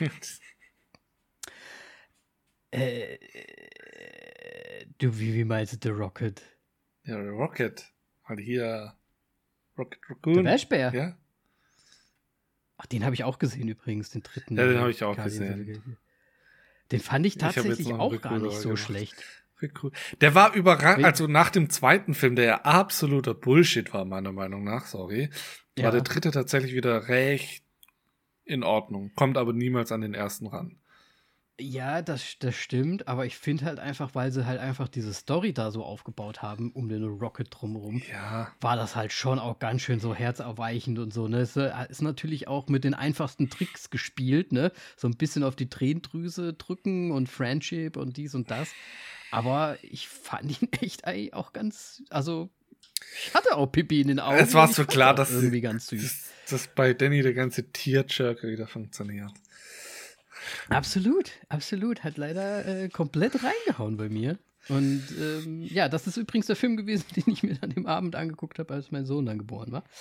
[SPEAKER 1] Wie meinst du The Rocket?
[SPEAKER 2] Ja, Rocket. Halt hier Rocket Raccoon.
[SPEAKER 1] Der Waschbär?
[SPEAKER 2] Ja.
[SPEAKER 1] Ach, den habe ich auch gesehen übrigens, den dritten.
[SPEAKER 2] Ja, den habe ich auch gesehen.
[SPEAKER 1] Den fand ich tatsächlich auch gar nicht so schlecht.
[SPEAKER 2] Der war überragend, also nach dem zweiten Film, der ja absoluter Bullshit war, meiner Meinung nach, war der dritte tatsächlich wieder recht in Ordnung. Kommt aber niemals an den ersten ran.
[SPEAKER 1] Ja, das stimmt, aber ich finde halt einfach, weil sie halt einfach diese Story da so aufgebaut haben, um den Rocket drumherum, war das halt schon auch ganz schön so herzerweichend und so, ne? Es ist natürlich auch mit den einfachsten Tricks gespielt, ne? So ein bisschen auf die Tränendrüse drücken und Friendship und dies und das. Aber ich fand ihn echt eigentlich auch also ich hatte auch Pipi in den Augen.
[SPEAKER 2] Es war so klar, dass
[SPEAKER 1] irgendwie ganz süß.
[SPEAKER 2] Dass bei Danny der ganze Tearjerker wieder funktioniert.
[SPEAKER 1] Absolut. Hat leider komplett reingehauen bei mir. Und ja, das ist übrigens der Film gewesen, den ich mir dann im Abend angeguckt habe, als mein Sohn dann geboren war.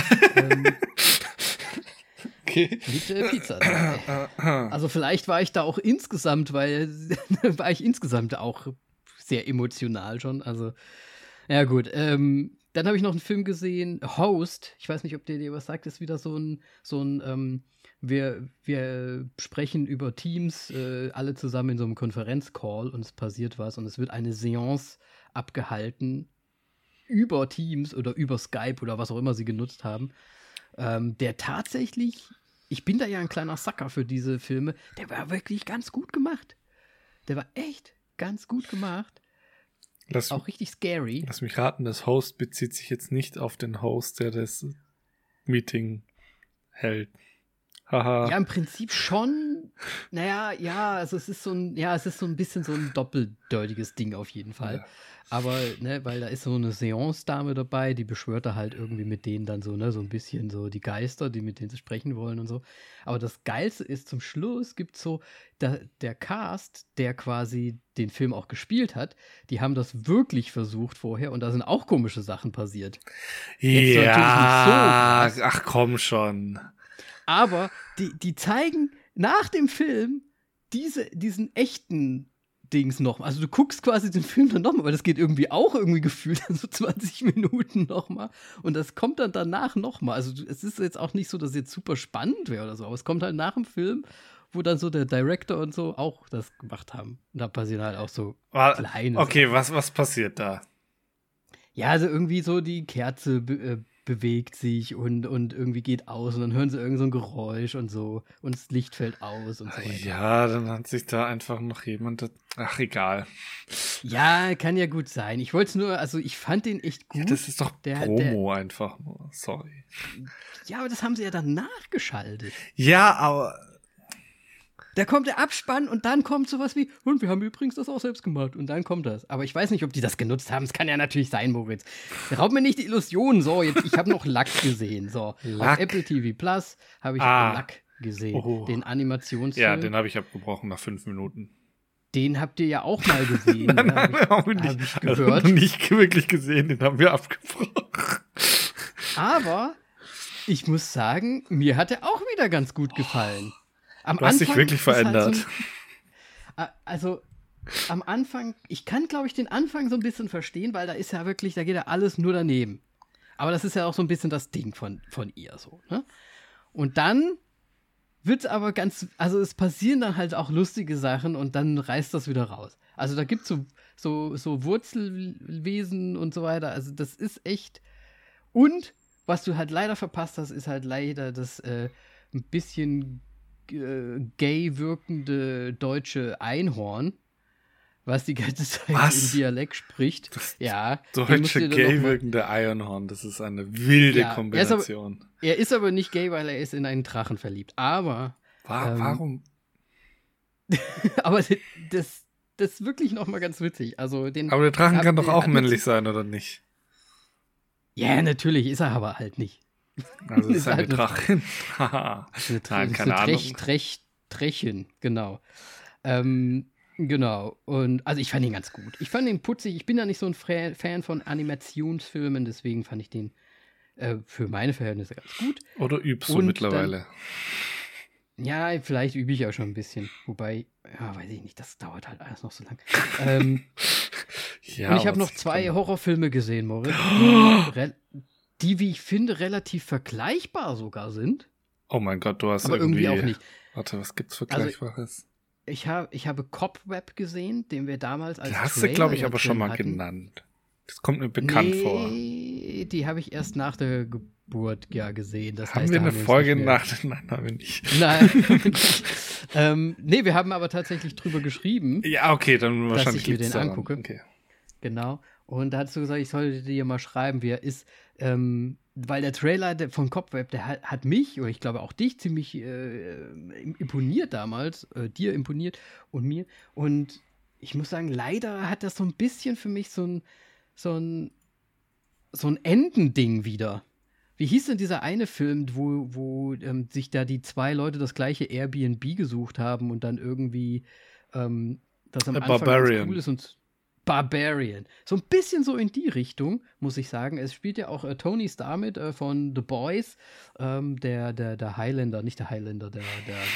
[SPEAKER 2] Okay.
[SPEAKER 1] Mit Pizza dabei. Also vielleicht war ich da auch insgesamt, auch sehr emotional schon. Also, ja gut. Dann habe ich noch einen Film gesehen, Host. Ich weiß nicht, ob der dir was sagt. Das ist wieder so ein wir sprechen über Teams, alle zusammen in so einem Konferenzcall und es passiert was und es wird eine Seance abgehalten über Teams oder über Skype oder was auch immer sie genutzt haben. Der tatsächlich, ich bin da ja ein kleiner Sucker für diese Filme, der war wirklich ganz gut gemacht. Der war echt ganz gut gemacht. Auch richtig scary.
[SPEAKER 2] Lass mich raten, das Host bezieht sich jetzt nicht auf den Host, der das Meeting hält. Haha.
[SPEAKER 1] Ja, im Prinzip schon. Naja, ja, also es ist so ein bisschen so ein doppeldeutiges Ding auf jeden Fall. Ja. Aber, ne, weil da ist so eine Seance-Dame dabei, die beschwört da halt irgendwie mit denen dann so, ne, so ein bisschen so die Geister, mit denen sie sprechen wollen und so. Aber das Geilste ist, zum Schluss gibt es so, der Cast, der quasi den Film auch gespielt hat, die haben das wirklich versucht vorher und da sind auch komische Sachen passiert.
[SPEAKER 2] Ja, so ach komm schon.
[SPEAKER 1] Aber die zeigen nach dem Film diesen echten Dings noch. Also du guckst quasi den Film dann nochmal, weil das geht irgendwie gefühlt so 20 Minuten nochmal. Und das kommt dann danach nochmal. Also es ist jetzt auch nicht so, dass es jetzt super spannend wäre oder so, aber es kommt halt nach dem Film, wo dann so der Director und so auch das gemacht haben. Und da passieren halt auch so kleine
[SPEAKER 2] Okay, was passiert da?
[SPEAKER 1] Ja, also irgendwie so die Kerze bewegt sich und irgendwie geht aus und dann hören sie irgend so ein Geräusch und so und das Licht fällt aus und so weiter.
[SPEAKER 2] Ja, dann hat sich da einfach noch jemand, ach egal.
[SPEAKER 1] Ja, kann ja gut sein. Ich wollte es nur, also ich fand den echt gut.
[SPEAKER 2] Ja, das ist doch Promo einfach nur, sorry.
[SPEAKER 1] Ja, aber das haben sie ja dann nachgeschaltet.
[SPEAKER 2] Ja, aber
[SPEAKER 1] da kommt der Abspann und dann kommt sowas wie, und wir haben übrigens das auch selbst gemacht. Und dann kommt das. Aber ich weiß nicht, ob die das genutzt haben. Es kann ja natürlich sein, Moritz. Raub mir nicht die Illusionen. So, jetzt, ich habe noch Luck gesehen. So,
[SPEAKER 2] Luck?
[SPEAKER 1] Auf Apple TV Plus habe ich Luck gesehen. Den Animationsfilm.
[SPEAKER 2] Ja, den habe ich abgebrochen nach 5 Minuten.
[SPEAKER 1] Den habt ihr ja auch mal gesehen.
[SPEAKER 2] Nein, haben wir
[SPEAKER 1] hab
[SPEAKER 2] nicht.
[SPEAKER 1] ich gehört.
[SPEAKER 2] Also nicht wirklich gesehen, den haben wir abgebrochen.
[SPEAKER 1] Aber ich muss sagen, mir hat er auch wieder ganz gut gefallen.
[SPEAKER 2] Du hast dich wirklich verändert.
[SPEAKER 1] Also am Anfang, ich kann, glaube ich, den Anfang so ein bisschen verstehen, weil da ist ja wirklich, da geht ja alles nur daneben. Aber das ist ja auch so ein bisschen das Ding von ihr so, ne? Und dann wird's aber also es passieren dann halt auch lustige Sachen und dann reißt das wieder raus. Also da gibt's so Wurzelwesen und so weiter. Also das ist echt. Und was du halt leider verpasst hast, ist halt leider das ein bisschen gay wirkende deutsche Einhorn, was die ganze Zeit im Dialekt spricht.
[SPEAKER 2] Das
[SPEAKER 1] ja.
[SPEAKER 2] deutsche gay wirkende Einhorn, das ist eine wilde Kombination.
[SPEAKER 1] Er ist aber nicht gay, weil er ist in einen Drachen verliebt. Aber
[SPEAKER 2] warum?
[SPEAKER 1] aber das ist wirklich noch mal ganz witzig. Also
[SPEAKER 2] aber der Drachen kann doch auch männlich sein, oder nicht?
[SPEAKER 1] Ja, natürlich, ist er aber halt nicht.
[SPEAKER 2] Also ist eine Drachin.
[SPEAKER 1] Nein, keine Ahnung. Trechin, genau. Genau. Und also ich fand ihn ganz gut. Ich fand ihn putzig. Ich bin ja nicht so ein Fan von Animationsfilmen, deswegen fand ich den für meine Verhältnisse ganz gut.
[SPEAKER 2] Oder übst du mittlerweile?
[SPEAKER 1] Ja, vielleicht übe ich ja schon ein bisschen. Wobei, ja, weiß ich nicht, das dauert halt alles noch so lang.
[SPEAKER 2] Ja,
[SPEAKER 1] und ich habe noch 2 Horrorfilme gesehen, Moritz, die, wie ich finde, relativ vergleichbar sogar sind.
[SPEAKER 2] Oh mein Gott, du hast
[SPEAKER 1] aber irgendwie auch nicht.
[SPEAKER 2] Warte, was gibt's Vergleichbares?
[SPEAKER 1] Also, ich habe Cobweb gesehen, den wir damals als
[SPEAKER 2] Trailer hast du, glaube ich, aber schon mal genannt. Das kommt mir bekannt vor.
[SPEAKER 1] Die habe ich erst nach der Geburt gesehen. Das
[SPEAKER 2] haben
[SPEAKER 1] heißt,
[SPEAKER 2] wir eine Folge nach? Nein, haben wir nicht.
[SPEAKER 1] Nein. Nee, wir haben aber tatsächlich drüber geschrieben.
[SPEAKER 2] Ja, okay, dann wahrscheinlich
[SPEAKER 1] dass ich mir den
[SPEAKER 2] daran.
[SPEAKER 1] angucke.
[SPEAKER 2] Okay.
[SPEAKER 1] Genau. Und da hast du gesagt, ich sollte dir mal schreiben, wie er ist. Weil der Trailer von Cobweb, der hat mich, oder ich glaube auch dich, ziemlich imponiert damals. Dir imponiert und mir. Und ich muss sagen, leider hat das so ein bisschen für mich so ein Endending wieder. Wie hieß denn dieser eine Film, wo sich da die 2 Leute das gleiche Airbnb gesucht haben und dann irgendwie das am Anfang ganz cool ist und Barbarian. So ein bisschen so in die Richtung, muss ich sagen. Es spielt ja auch Tony Starr mit von The Boys, der Highlander, nicht der Highlander, der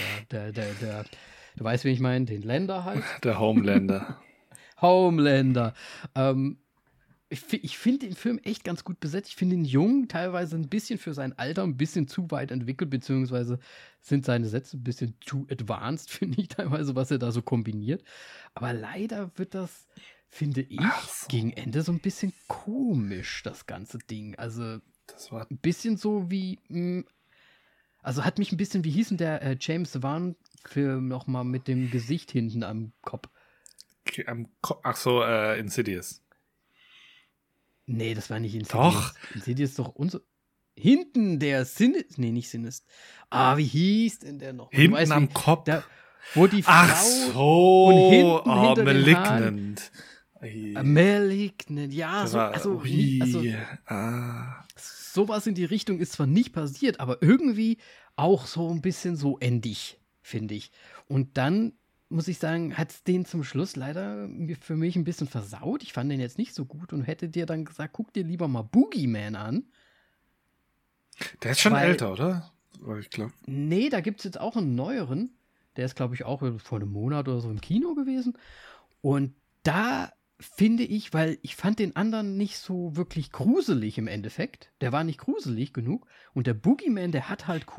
[SPEAKER 1] du weißt, wen ich meine, den Länder halt.
[SPEAKER 2] Der Homelander.
[SPEAKER 1] Homelander. Ich finde den Film echt ganz gut besetzt. Ich finde ihn jung, teilweise ein bisschen für sein Alter, ein bisschen zu weit entwickelt, beziehungsweise sind seine Sätze ein bisschen too advanced, finde ich teilweise, was er da so kombiniert. Aber leider wird das, finde ich, gegen Ende so ein bisschen komisch, das ganze Ding. Also
[SPEAKER 2] das war
[SPEAKER 1] ein bisschen so wie, also hat mich ein bisschen, wie hieß denn der James Wan-Film nochmal mit dem Gesicht hinten am Kopf?
[SPEAKER 2] Ach so, Insidious.
[SPEAKER 1] Nee, das war nicht Insidious.
[SPEAKER 2] Doch.
[SPEAKER 1] Insidious ist doch hinten der nicht Sinist. Wie hieß denn der noch?
[SPEAKER 2] Hinten am Kopf.
[SPEAKER 1] Wo die Frau
[SPEAKER 2] ach so.
[SPEAKER 1] Und hinten hinter
[SPEAKER 2] Malignant.
[SPEAKER 1] Malignant, ja. Sowas in die Richtung ist zwar nicht passiert, aber irgendwie auch so ein bisschen so endig, finde ich. Und dann muss ich sagen, hat es den zum Schluss leider für mich ein bisschen versaut. Ich fand den jetzt nicht so gut und hätte dir dann gesagt, guck dir lieber mal Boogeyman an.
[SPEAKER 2] Der ist schon älter, oder? Ich glaube.
[SPEAKER 1] Nee, da gibt es jetzt auch einen neueren. Der ist, glaube ich, auch vor einem Monat oder so im Kino gewesen. Und da finde ich, weil ich fand den anderen nicht so wirklich gruselig im Endeffekt. Der war nicht gruselig genug. Und der Boogeyman, der hat halt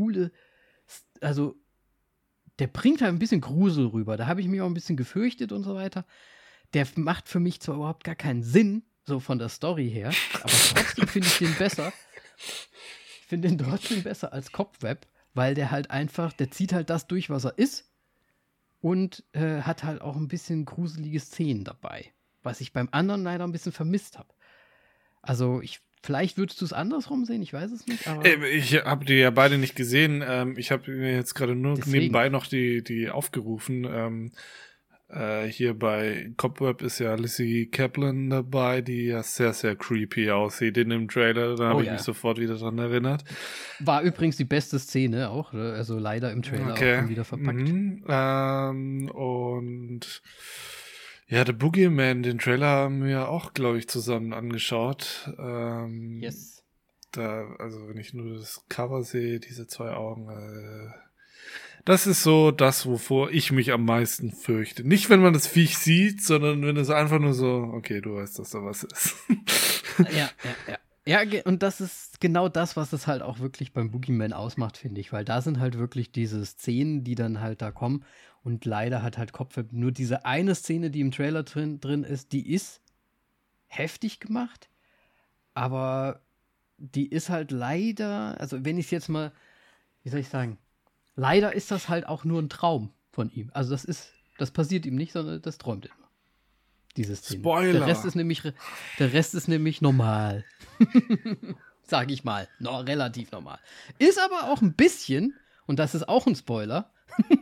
[SPEAKER 1] der bringt halt ein bisschen Grusel rüber. Da habe ich mich auch ein bisschen gefürchtet und so weiter. Der macht für mich zwar überhaupt gar keinen Sinn, so von der Story her, aber trotzdem finde ich den besser. Ich finde den trotzdem besser als Cobweb, weil der halt einfach, der zieht halt das durch, was er ist und hat halt auch ein bisschen gruselige Szenen dabei, was ich beim anderen leider ein bisschen vermisst habe. Also vielleicht würdest du es andersrum sehen, ich weiß es nicht. Aber
[SPEAKER 2] ich habe die ja beide nicht gesehen. Ich habe mir jetzt gerade nur nebenbei noch die aufgerufen. Hier bei Cobweb ist ja Lizzie Kaplan dabei, die ja sehr, sehr creepy aussieht in dem Trailer. Da habe ich mich sofort wieder dran erinnert.
[SPEAKER 1] War übrigens die beste Szene auch, also leider im Trailer auch schon wieder verpackt.
[SPEAKER 2] Und ja, The Boogeyman, den Trailer haben wir auch, glaube ich, zusammen angeschaut.
[SPEAKER 1] Yes.
[SPEAKER 2] Also wenn ich nur das Cover sehe, diese 2 Augen, das ist so das, wovor ich mich am meisten fürchte. Nicht, wenn man das Viech sieht, sondern wenn es einfach nur so, okay, du weißt, dass da was ist.
[SPEAKER 1] Ja. Ja, und das ist genau das, was es halt auch wirklich beim Boogeyman ausmacht, finde ich. Weil da sind halt wirklich diese Szenen, die dann halt da kommen. Und leider hat halt Cobweb nur diese eine Szene, die im Trailer drin ist, die ist heftig gemacht. Aber die ist halt leider, also wenn ich es jetzt mal, wie soll ich sagen, leider ist das halt auch nur ein Traum von ihm. Also das passiert ihm nicht, sondern das träumt er immer. Diese Szene.
[SPEAKER 2] Spoiler!
[SPEAKER 1] Der Rest ist nämlich normal. Sag ich mal. Relativ normal. Ist aber auch ein bisschen, und das ist auch ein Spoiler.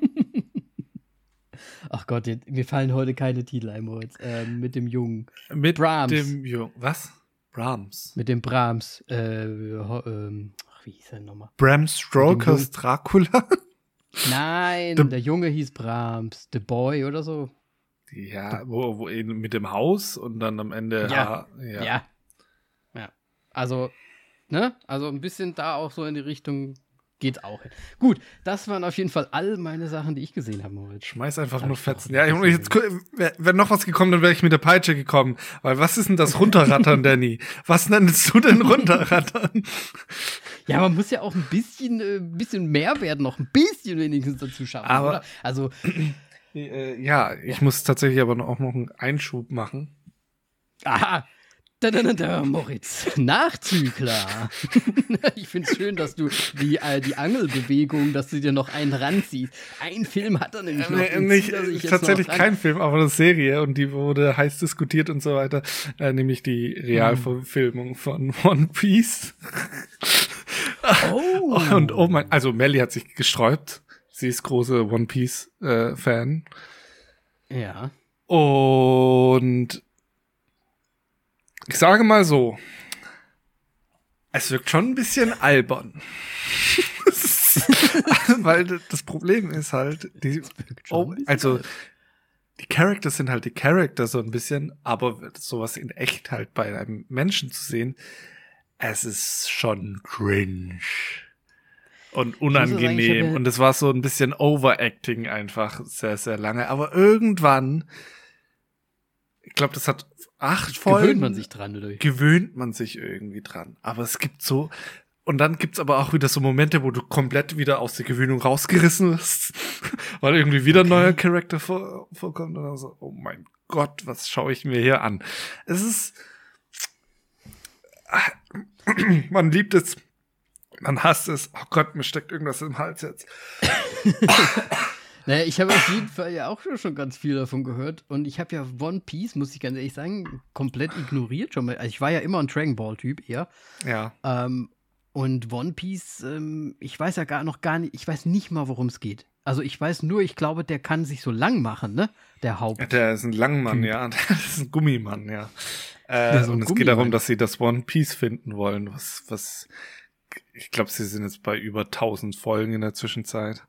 [SPEAKER 1] Ach Gott, mir fallen heute keine Titel ein, Moritz. Mit dem Jungen.
[SPEAKER 2] Mit
[SPEAKER 1] Brahms.
[SPEAKER 2] dem Jungen. Was? Brahms.
[SPEAKER 1] Mit dem Brahms. Wie hieß er nochmal?
[SPEAKER 2] Bram Stokers Dracula?
[SPEAKER 1] Nein, der Junge hieß Brahms. The Boy oder so.
[SPEAKER 2] Ja, wo mit dem Haus und dann am Ende.
[SPEAKER 1] Ja. Also, ne? Also ein bisschen da auch so in die Richtung geht auch hin. Gut, das waren auf jeden Fall all meine Sachen, die ich gesehen habe, Moritz.
[SPEAKER 2] Schmeiß einfach nur Fetzen. Ja, jetzt wäre noch was gekommen, dann wäre ich mit der Peitsche gekommen. Weil was ist denn das Runterrattern, Danny? Was nennst du denn Runterrattern?
[SPEAKER 1] Ja, man muss ja auch ein bisschen Mehrwert noch ein bisschen wenigstens dazu schaffen,
[SPEAKER 2] aber,
[SPEAKER 1] oder? Also
[SPEAKER 2] ich muss tatsächlich aber auch noch einen Einschub machen.
[SPEAKER 1] Aha. Da, Moritz. Nachzügler. Ich finde es schön, dass du die Angelbewegung, dass du dir noch einen ranziehst. Ein Film hat er nämlich noch.
[SPEAKER 2] Tatsächlich kein Film, aber eine Serie und die wurde heiß diskutiert und so weiter. Nämlich die Realverfilmung von One Piece.
[SPEAKER 1] Oh.
[SPEAKER 2] Und also Melly hat sich gesträubt. Sie ist große One Piece Fan.
[SPEAKER 1] Ja.
[SPEAKER 2] Und ich sage mal so, es wirkt schon ein bisschen albern. Weil das Problem ist halt, die Characters sind halt die Charakter so ein bisschen, aber sowas in echt halt bei einem Menschen zu sehen, es ist schon cringe und unangenehm und es war so ein bisschen Overacting einfach sehr, sehr lange, aber irgendwann, ich glaube, das hat 8 Folgen.
[SPEAKER 1] Gewöhnt man sich dran, oder?
[SPEAKER 2] Gewöhnt man sich irgendwie dran. Aber es gibt so, und dann gibt's aber auch wieder so Momente, wo du komplett wieder aus der Gewöhnung rausgerissen wirst, weil irgendwie wieder ein neuer Charakter vorkommt und dann so, oh mein Gott, was schaue ich mir hier an? Es ist, man liebt es, man hasst es, oh Gott, mir steckt irgendwas im Hals jetzt.
[SPEAKER 1] Naja, ich habe auf jeden Fall ja auch schon ganz viel davon gehört. Und ich habe ja One Piece, muss ich ganz ehrlich sagen, komplett ignoriert schon mal. Also ich war ja immer ein Dragon Ball-Typ eher.
[SPEAKER 2] Ja.
[SPEAKER 1] Und One Piece, ich weiß ja gar nicht, ich weiß nicht mal, worum es geht. Also ich weiß nur, ich glaube, der kann sich so lang machen, ne? Der Haupt.
[SPEAKER 2] Ja, der ist ein Langmann, ja. Der ist ein Gummimann, ja. Und es geht darum, dass sie das One Piece finden wollen, was ich glaube, sie sind jetzt bei über 1000 Folgen in der Zwischenzeit.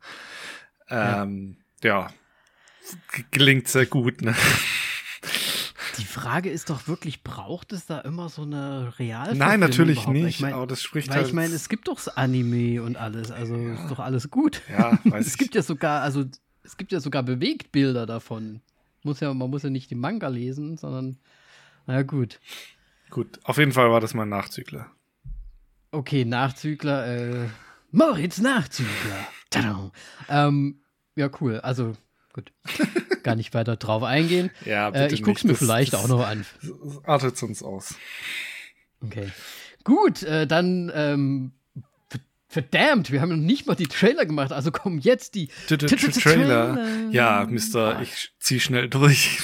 [SPEAKER 2] Ja, gelingt sehr gut, ne?
[SPEAKER 1] Die Frage ist doch wirklich, braucht es da immer so eine Realverfilmung?
[SPEAKER 2] Nein, natürlich
[SPEAKER 1] überhaupt?
[SPEAKER 2] nicht,
[SPEAKER 1] Ich mein,
[SPEAKER 2] aber das spricht
[SPEAKER 1] weil
[SPEAKER 2] halt...
[SPEAKER 1] ich meine, es gibt doch Anime und alles, also ist doch alles gut.
[SPEAKER 2] Ja, weiß
[SPEAKER 1] es gibt ja sogar Bewegtbilder davon. Man muss ja nicht die Manga lesen, sondern, naja, gut.
[SPEAKER 2] Gut, auf jeden Fall war das mein Nachzügler.
[SPEAKER 1] Okay, Nachzügler, Moritz Nachzügler. Tada. Ja, cool. Also, gut. Gar nicht weiter drauf eingehen.
[SPEAKER 2] Ja, bitte
[SPEAKER 1] ich guck's mir vielleicht auch noch an.
[SPEAKER 2] Artet uns aus.
[SPEAKER 1] Okay. Gut, dann, verdammt, wir haben noch nicht mal die Trailer gemacht. Also kommen jetzt die
[SPEAKER 2] Trailer. Ja, Mister, ich zieh schnell durch.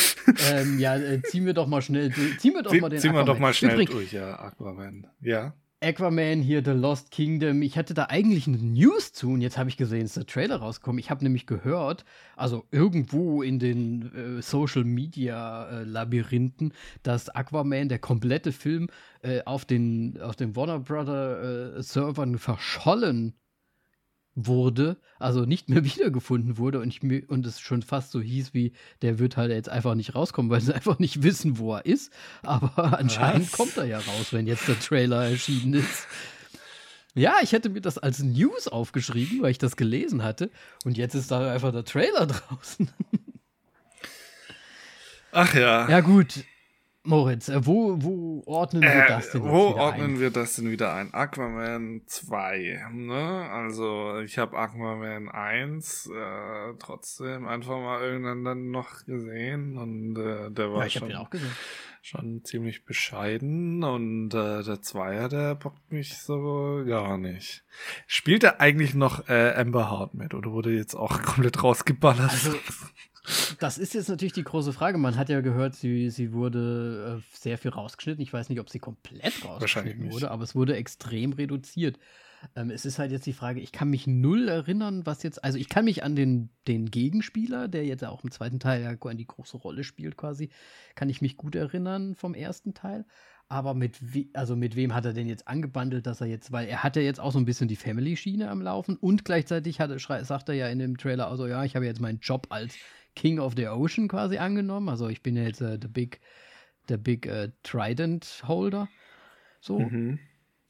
[SPEAKER 1] Ziehen wir doch mal schnell durch. Ziehen wir doch mal den
[SPEAKER 2] Ziehen wir doch mal schnell
[SPEAKER 1] Übrigens,
[SPEAKER 2] durch, ja, Aquaman. Ja.
[SPEAKER 1] Aquaman hier, The Lost Kingdom. Ich hatte da eigentlich eine News zu und jetzt habe ich gesehen, ist der Trailer rausgekommen. Ich habe nämlich gehört, also irgendwo in den Social Media Labyrinthen, dass Aquaman, der komplette Film, auf den Warner Brother Servern verschollen wurde, also nicht mehr wiedergefunden wurde und es schon fast so hieß wie, der wird halt jetzt einfach nicht rauskommen, weil sie einfach nicht wissen, wo er ist. Aber anscheinend kommt er ja raus, wenn jetzt der Trailer erschienen ist. Ja, ich hätte mir das als News aufgeschrieben, weil ich das gelesen hatte. Und jetzt ist da einfach der Trailer draußen.
[SPEAKER 2] Ach ja.
[SPEAKER 1] Ja, gut. Moritz, wo ordnen wir das denn
[SPEAKER 2] wir das denn wieder ein? Aquaman 2, ne? Also, ich habe Aquaman 1 trotzdem einfach mal irgendwann noch gesehen und der war schon ziemlich bescheiden und der Zweier, der bockt mich so gar nicht. Spielt er eigentlich noch Amber Heard mit oder wurde jetzt auch komplett rausgeballert?
[SPEAKER 1] Also, das ist jetzt natürlich die große Frage. Man hat ja gehört, sie wurde sehr viel rausgeschnitten. Ich weiß nicht, ob sie komplett rausgeschnitten wurde, aber es wurde extrem reduziert. Es ist halt jetzt die Frage, ich kann mich null erinnern, was jetzt, also ich kann mich an den Gegenspieler, der jetzt auch im zweiten Teil ja die große Rolle spielt quasi, kann ich mich gut erinnern vom ersten Teil. Aber mit wem hat er denn jetzt angebandelt, dass er jetzt, weil er hat ja jetzt auch so ein bisschen die Family-Schiene am Laufen und gleichzeitig sagt er ja in dem Trailer, also ja, ich habe jetzt meinen Job als King of the Ocean quasi angenommen. Also ich bin ja jetzt der Big Trident Holder. So. Mhm.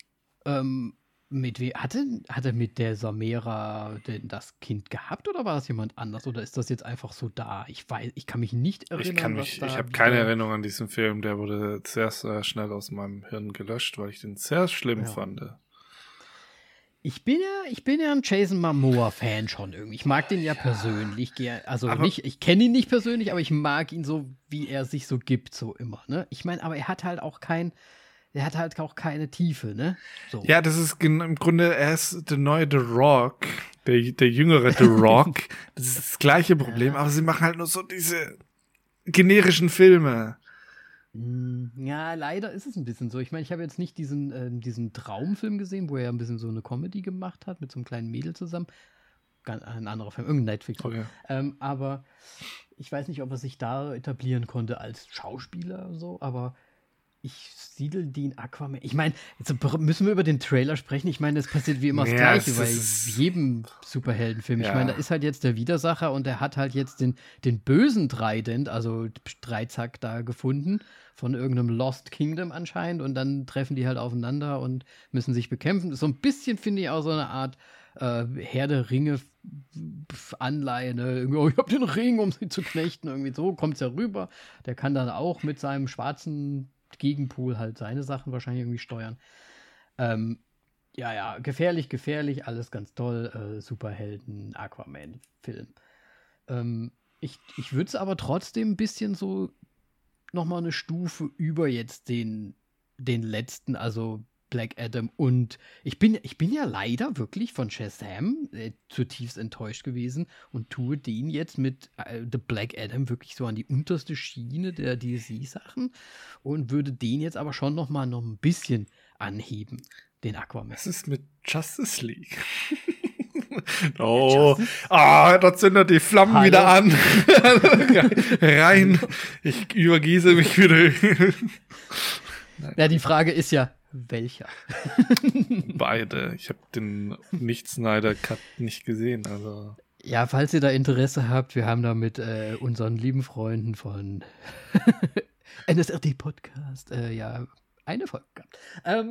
[SPEAKER 1] Hat er mit der Samira denn das Kind gehabt oder war das jemand anders? Oder ist das jetzt einfach so da? Ich kann mich nicht erinnern.
[SPEAKER 2] Ich habe keine Erinnerung an diesen Film. Der wurde sehr schnell aus meinem Hirn gelöscht, weil ich den sehr schlimm fand.
[SPEAKER 1] Ich bin ja ein Jason Momoa-Fan schon irgendwie. Ich mag den ja persönlich. Ich kenne ihn nicht persönlich, aber ich mag ihn so, wie er sich so gibt, so immer. Ne? Ich meine, aber er hat halt auch keine Tiefe, ne? So.
[SPEAKER 2] Ja, das ist im Grunde, er ist der neue The Rock, der jüngere The Rock. Das ist das gleiche Problem, aber sie machen halt nur so diese generischen Filme.
[SPEAKER 1] Ja, leider ist es ein bisschen so. Ich meine, ich habe jetzt nicht diesen Traumfilm gesehen, wo er ein bisschen so eine Comedy gemacht hat mit so einem kleinen Mädel zusammen. Ein anderer Film, irgendein Netflix-Film. Okay. Aber ich weiß nicht, ob er sich da etablieren konnte als Schauspieler so, aber ich siedel den Aquaman. Ich meine, jetzt müssen wir über den Trailer sprechen. Ich meine, das passiert wie immer das Gleiche bei jedem Superheldenfilm. Ja. Ich meine, da ist halt jetzt der Widersacher und der hat halt jetzt den bösen Trident, also Dreizack da gefunden, von irgendeinem Lost Kingdom anscheinend. Und dann treffen die halt aufeinander und müssen sich bekämpfen. So ein bisschen finde ich auch so eine Art Herr der Ringe Anleihe, ne? Ich hab den Ring, um sie zu knechten. Irgendwie so kommt es ja rüber. Der kann dann auch mit seinem schwarzen Gegenpool halt seine Sachen wahrscheinlich irgendwie steuern. Gefährlich, alles ganz toll. Superhelden, Aquaman-Film. Ich würde es aber trotzdem ein bisschen so nochmal eine Stufe über jetzt den letzten, also Black Adam, und ich bin ja leider wirklich von Shazam zutiefst enttäuscht gewesen und tue den jetzt mit The Black Adam wirklich so an die unterste Schiene der DC-Sachen und würde den jetzt aber schon noch ein bisschen anheben, den Aquaman.
[SPEAKER 2] Was ist mit Justice League? Da zündet die Flammen wieder an. Rein. Ich übergieße mich wieder.
[SPEAKER 1] Ja, die Frage ist ja, welcher?
[SPEAKER 2] Beide. Ich habe den Nicht-Snyder-Cut nicht gesehen. Also.
[SPEAKER 1] Ja, falls ihr da Interesse habt, wir haben da mit unseren lieben Freunden von NSRT-Podcast eine Folge gehabt.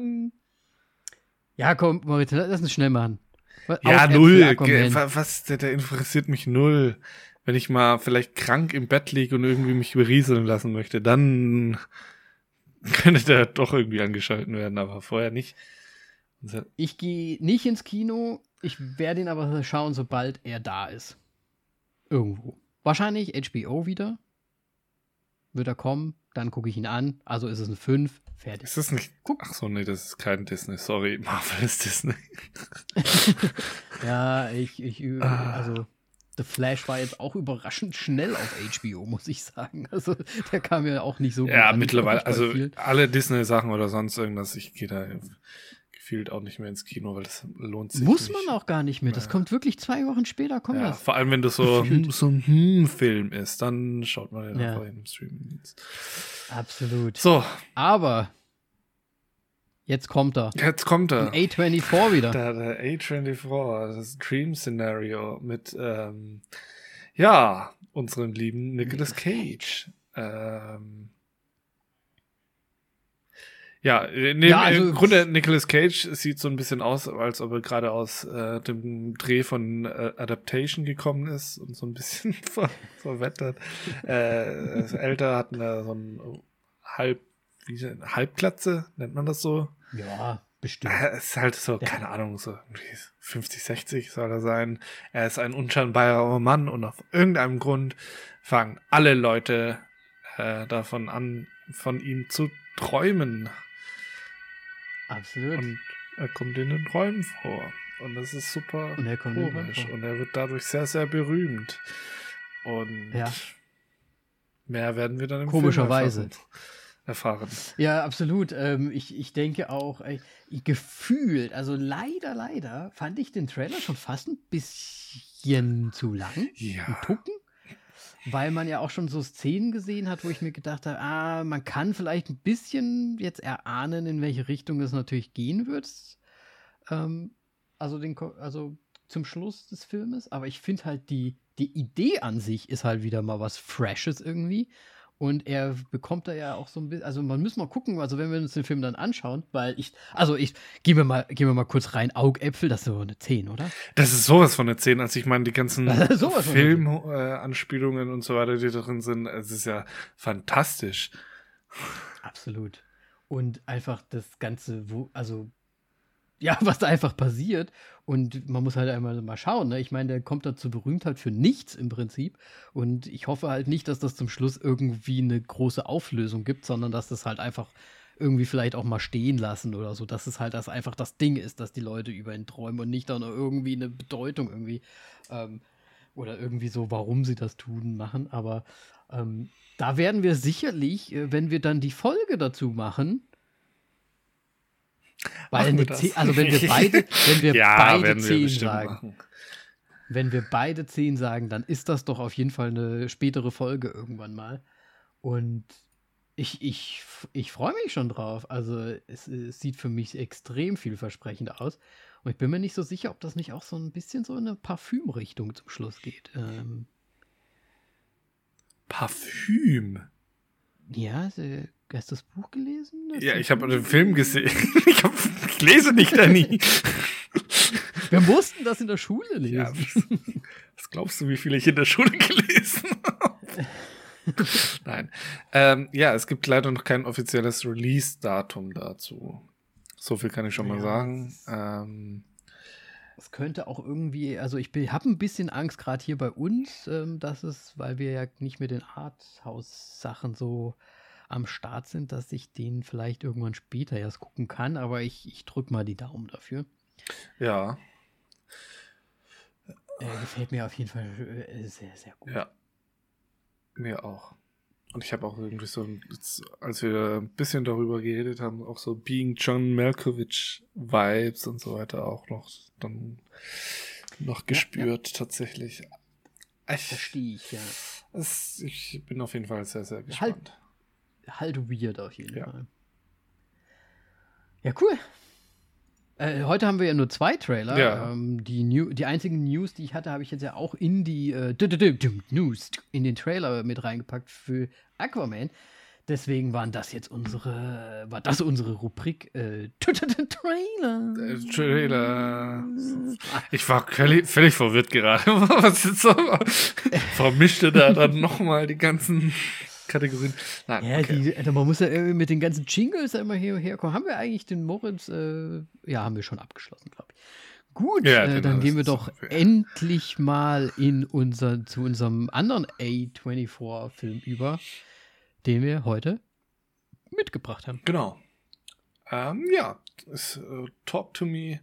[SPEAKER 1] Ja, komm, Moritz, lass uns schnell machen.
[SPEAKER 2] Ja, null. Der interessiert mich null. Wenn ich mal vielleicht krank im Bett liege und irgendwie mich berieseln lassen möchte, dann könnte der doch irgendwie angeschalten werden, aber vorher nicht.
[SPEAKER 1] Ich gehe nicht ins Kino, ich werde ihn aber schauen, sobald er da ist. Irgendwo. Wahrscheinlich HBO wieder. Wird er kommen, dann gucke ich ihn an. Also ist es eine 5, fertig.
[SPEAKER 2] Ist das nicht? Ach so, nee, das ist kein Disney. Sorry, Marvel ist Disney.
[SPEAKER 1] Ja, also The Flash war jetzt auch überraschend schnell auf HBO, muss ich sagen. Also der kam ja auch nicht so gut
[SPEAKER 2] an. Ja, mittlerweile, also alle Disney-Sachen oder sonst irgendwas, ich gehe da gefühlt auch nicht mehr ins Kino, weil das lohnt sich
[SPEAKER 1] Muss
[SPEAKER 2] nicht.
[SPEAKER 1] man auch gar nicht mehr. Das kommt wirklich 2 Wochen später, kommt
[SPEAKER 2] Ja,
[SPEAKER 1] das.
[SPEAKER 2] vor allem, wenn das so ein Film ist, dann schaut man den einfach im Streaming-Dienst.
[SPEAKER 1] Absolut.
[SPEAKER 2] So.
[SPEAKER 1] Aber jetzt kommt er.
[SPEAKER 2] Jetzt kommt er.
[SPEAKER 1] In A24 wieder.
[SPEAKER 2] Der A24, das Dream-Szenario mit, unserem lieben Nicolas Cage. Im Grunde, Nicolas Cage sieht so ein bisschen aus, als ob er gerade aus dem Dreh von Adaptation gekommen ist und so ein bisschen verwettert. Ist älter, hat so ein Halbglatze, nennt man das so?
[SPEAKER 1] Ja, bestimmt.
[SPEAKER 2] Ist halt so, keine Ahnung, so 50, 60 soll er sein. Er ist ein unscheinbarer Mann und auf irgendeinem Grund fangen alle Leute davon an, von ihm zu träumen.
[SPEAKER 1] Absolut.
[SPEAKER 2] Und er kommt in den Träumen vor. Und das ist super komisch. Und er wird dadurch sehr, sehr berühmt. Und mehr werden wir dann im
[SPEAKER 1] Film
[SPEAKER 2] erfahren.
[SPEAKER 1] Ja, absolut. Ich denke auch, gefühlt, also leider fand ich den Trailer schon fast ein bisschen zu lang.
[SPEAKER 2] Ja.
[SPEAKER 1] Ein Tucken. Weil man ja auch schon so Szenen gesehen hat, wo ich mir gedacht habe, man kann vielleicht ein bisschen jetzt erahnen, in welche Richtung es natürlich gehen wird. Also zum Schluss des Filmes. Aber ich finde halt, die Idee an sich ist halt wieder mal was Freshes irgendwie. Und er bekommt da ja auch so ein bisschen, also man muss mal gucken, also wenn wir uns den Film dann anschauen, weil gehen wir mal kurz rein, Augäpfel, das ist so eine 10, oder?
[SPEAKER 2] Das ist sowas von eine 10, also ich meine, die ganzen Filmanspielungen und so weiter, die drin sind, es ist ja fantastisch.
[SPEAKER 1] Absolut. Und einfach das Ganze, was da einfach passiert. Und man muss halt einmal mal schauen, ne? Ich meine, der kommt da zur Berühmtheit für nichts im Prinzip. Und ich hoffe halt nicht, dass das zum Schluss irgendwie eine große Auflösung gibt, sondern dass das halt einfach irgendwie vielleicht auch mal stehen lassen oder so, dass es halt einfach das Ding ist, dass die Leute über ihn träumen und nicht dann irgendwie eine Bedeutung irgendwie oder irgendwie so, warum sie das tun, machen. Aber da werden wir sicherlich, wenn wir dann die Folge dazu machen, weil wenn wir beide 10 sagen, wenn wir beide 10 sagen, dann ist das doch auf jeden Fall eine spätere Folge irgendwann mal. Und ich freue mich schon drauf. Also es sieht für mich extrem vielversprechend aus. Und ich bin mir nicht so sicher, ob das nicht auch so ein bisschen so in eine Parfüm-Richtung zum Schluss geht.
[SPEAKER 2] Parfüm?
[SPEAKER 1] Ja, hast du das Buch gelesen?
[SPEAKER 2] Ja, ich habe den Film gesehen. Ich lese nicht, Danny.
[SPEAKER 1] Wir mussten das in der Schule lesen.
[SPEAKER 2] Ja, was glaubst du, wie viel ich in der Schule gelesen habe? Nein. Es gibt leider noch kein offizielles Release-Datum dazu. So viel kann ich schon mal sagen.
[SPEAKER 1] Es könnte auch irgendwie, also ich habe ein bisschen Angst, gerade hier bei uns, dass es, weil wir ja nicht mit den Arthouse-Sachen so am Start sind, dass ich den vielleicht irgendwann später erst gucken kann, aber ich drücke mal die Daumen dafür.
[SPEAKER 2] Ja.
[SPEAKER 1] Gefällt mir auf jeden Fall sehr, sehr gut.
[SPEAKER 2] Ja. Mir auch. Und ich habe auch irgendwie so, als wir ein bisschen darüber geredet haben, auch so Being John Malkovich-Vibes und so weiter auch noch gespürt, tatsächlich.
[SPEAKER 1] Verstehe ich, ja.
[SPEAKER 2] Ich bin auf jeden Fall sehr, sehr gespannt.
[SPEAKER 1] Halt weird auf jeden Fall. Ja, cool. Heute haben wir ja nur 2 Trailer.
[SPEAKER 2] Ja.
[SPEAKER 1] Die einzigen News, die ich hatte, habe ich jetzt ja auch in die News in den Trailer mit reingepackt für Aquaman. Deswegen war das unsere Rubrik Trailer.
[SPEAKER 2] Trailer. Ich war völlig verwirrt gerade. Was jetzt so? Vermischte da dann nochmal die ganzen Kategorien. Nein,
[SPEAKER 1] ja, okay. Man muss ja irgendwie mit den ganzen Jingles immer herkommen. Haben wir eigentlich den Moritz? Haben wir schon abgeschlossen, glaube ich. Gut, dann gehen wir doch endlich mal zu unserem anderen A24-Film über, den wir heute mitgebracht haben.
[SPEAKER 2] Genau. Talk to Me.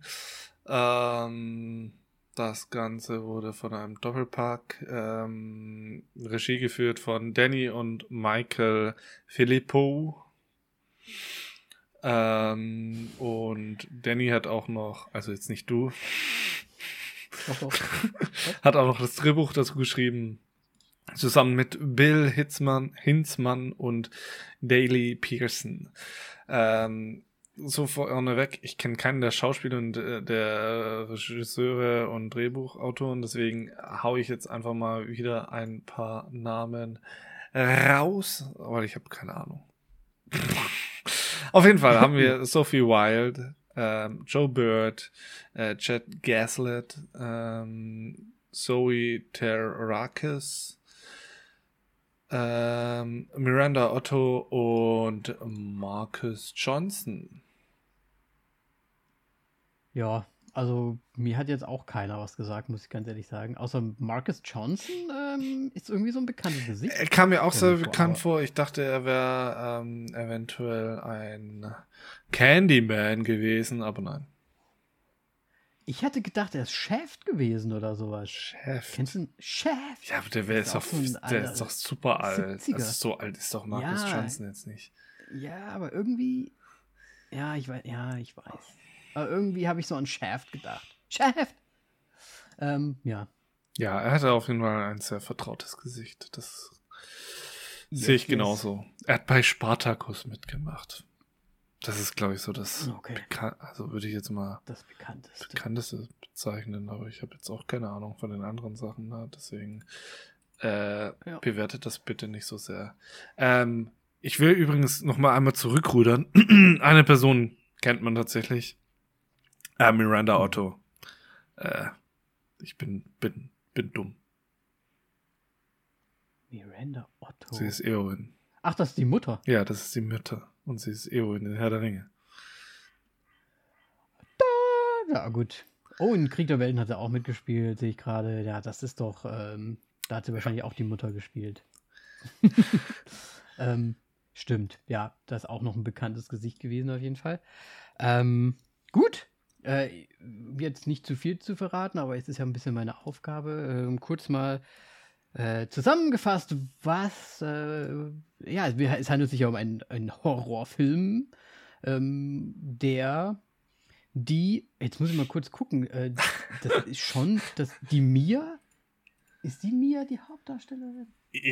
[SPEAKER 2] Das Ganze wurde von einem Doppelpack Regie geführt von Danny und Michael Filippo. Und Danny hat auch noch, also jetzt nicht du,
[SPEAKER 1] Doch.
[SPEAKER 2] hat auch noch das Drehbuch dazu geschrieben, zusammen mit Bill Hinzmann und Daley Pearson. So vorneweg, ich kenne keinen der Schauspieler und der Regisseure und Drehbuchautoren, deswegen hau ich jetzt einfach mal wieder ein paar Namen raus, weil ich habe keine Ahnung. Auf jeden Fall haben wir Sophie Wilde, Joe Bird, Chad Gaslit, Zoe Terakis, Miranda Otto und Marcus Johnson.
[SPEAKER 1] Ja, also mir hat jetzt auch keiner was gesagt, muss ich ganz ehrlich sagen. Außer Marcus Johnson ist irgendwie so ein bekanntes Gesicht.
[SPEAKER 2] Er kam mir auch sehr bekannt vor. Ich dachte, er wäre eventuell ein Candyman gewesen, aber nein.
[SPEAKER 1] Ich hätte gedacht, er ist Shaft gewesen oder sowas.
[SPEAKER 2] Shaft?
[SPEAKER 1] Kennst du ihn? Shaft?
[SPEAKER 2] Ja, aber der ist doch super alt.
[SPEAKER 1] 70er.
[SPEAKER 2] Also so alt ist doch Marcus Johnson jetzt nicht.
[SPEAKER 1] Ja, aber irgendwie... Ja, ich weiß. Aber irgendwie habe ich so an Shaft gedacht. Shaft! Ja.
[SPEAKER 2] Ja, er hatte auf jeden Fall ein sehr vertrautes Gesicht. Das sehe ich genauso. Er hat bei Spartacus mitgemacht. Das ist, glaube ich, so das also würde ich jetzt mal
[SPEAKER 1] das
[SPEAKER 2] bekannteste bezeichnen, aber ich habe jetzt auch keine Ahnung von den anderen Sachen, ne? Deswegen bewertet das bitte nicht so sehr. Ich will übrigens noch mal einmal zurückrudern. Eine Person kennt man tatsächlich. Miranda Otto. Ich bin dumm.
[SPEAKER 1] Miranda Otto.
[SPEAKER 2] Sie ist Eowyn.
[SPEAKER 1] Ach, das ist die Mutter.
[SPEAKER 2] Ja, das ist die Mutter. Und sie ist Eowyn in Herr der Ringe.
[SPEAKER 1] Ja, gut. Oh, in Krieg der Welten hat sie auch mitgespielt, sehe ich gerade. Ja, das ist doch, da hat sie wahrscheinlich auch die Mutter gespielt. Stimmt, ja, das ist auch noch ein bekanntes Gesicht gewesen auf jeden Fall. Gut, jetzt nicht zu viel zu verraten, aber es ist ja ein bisschen meine Aufgabe, kurz mal zusammengefasst, was, es handelt sich ja um einen Horrorfilm, jetzt muss ich mal kurz gucken, das ist schon, die Mia, ist die Mia die Hauptdarstellerin?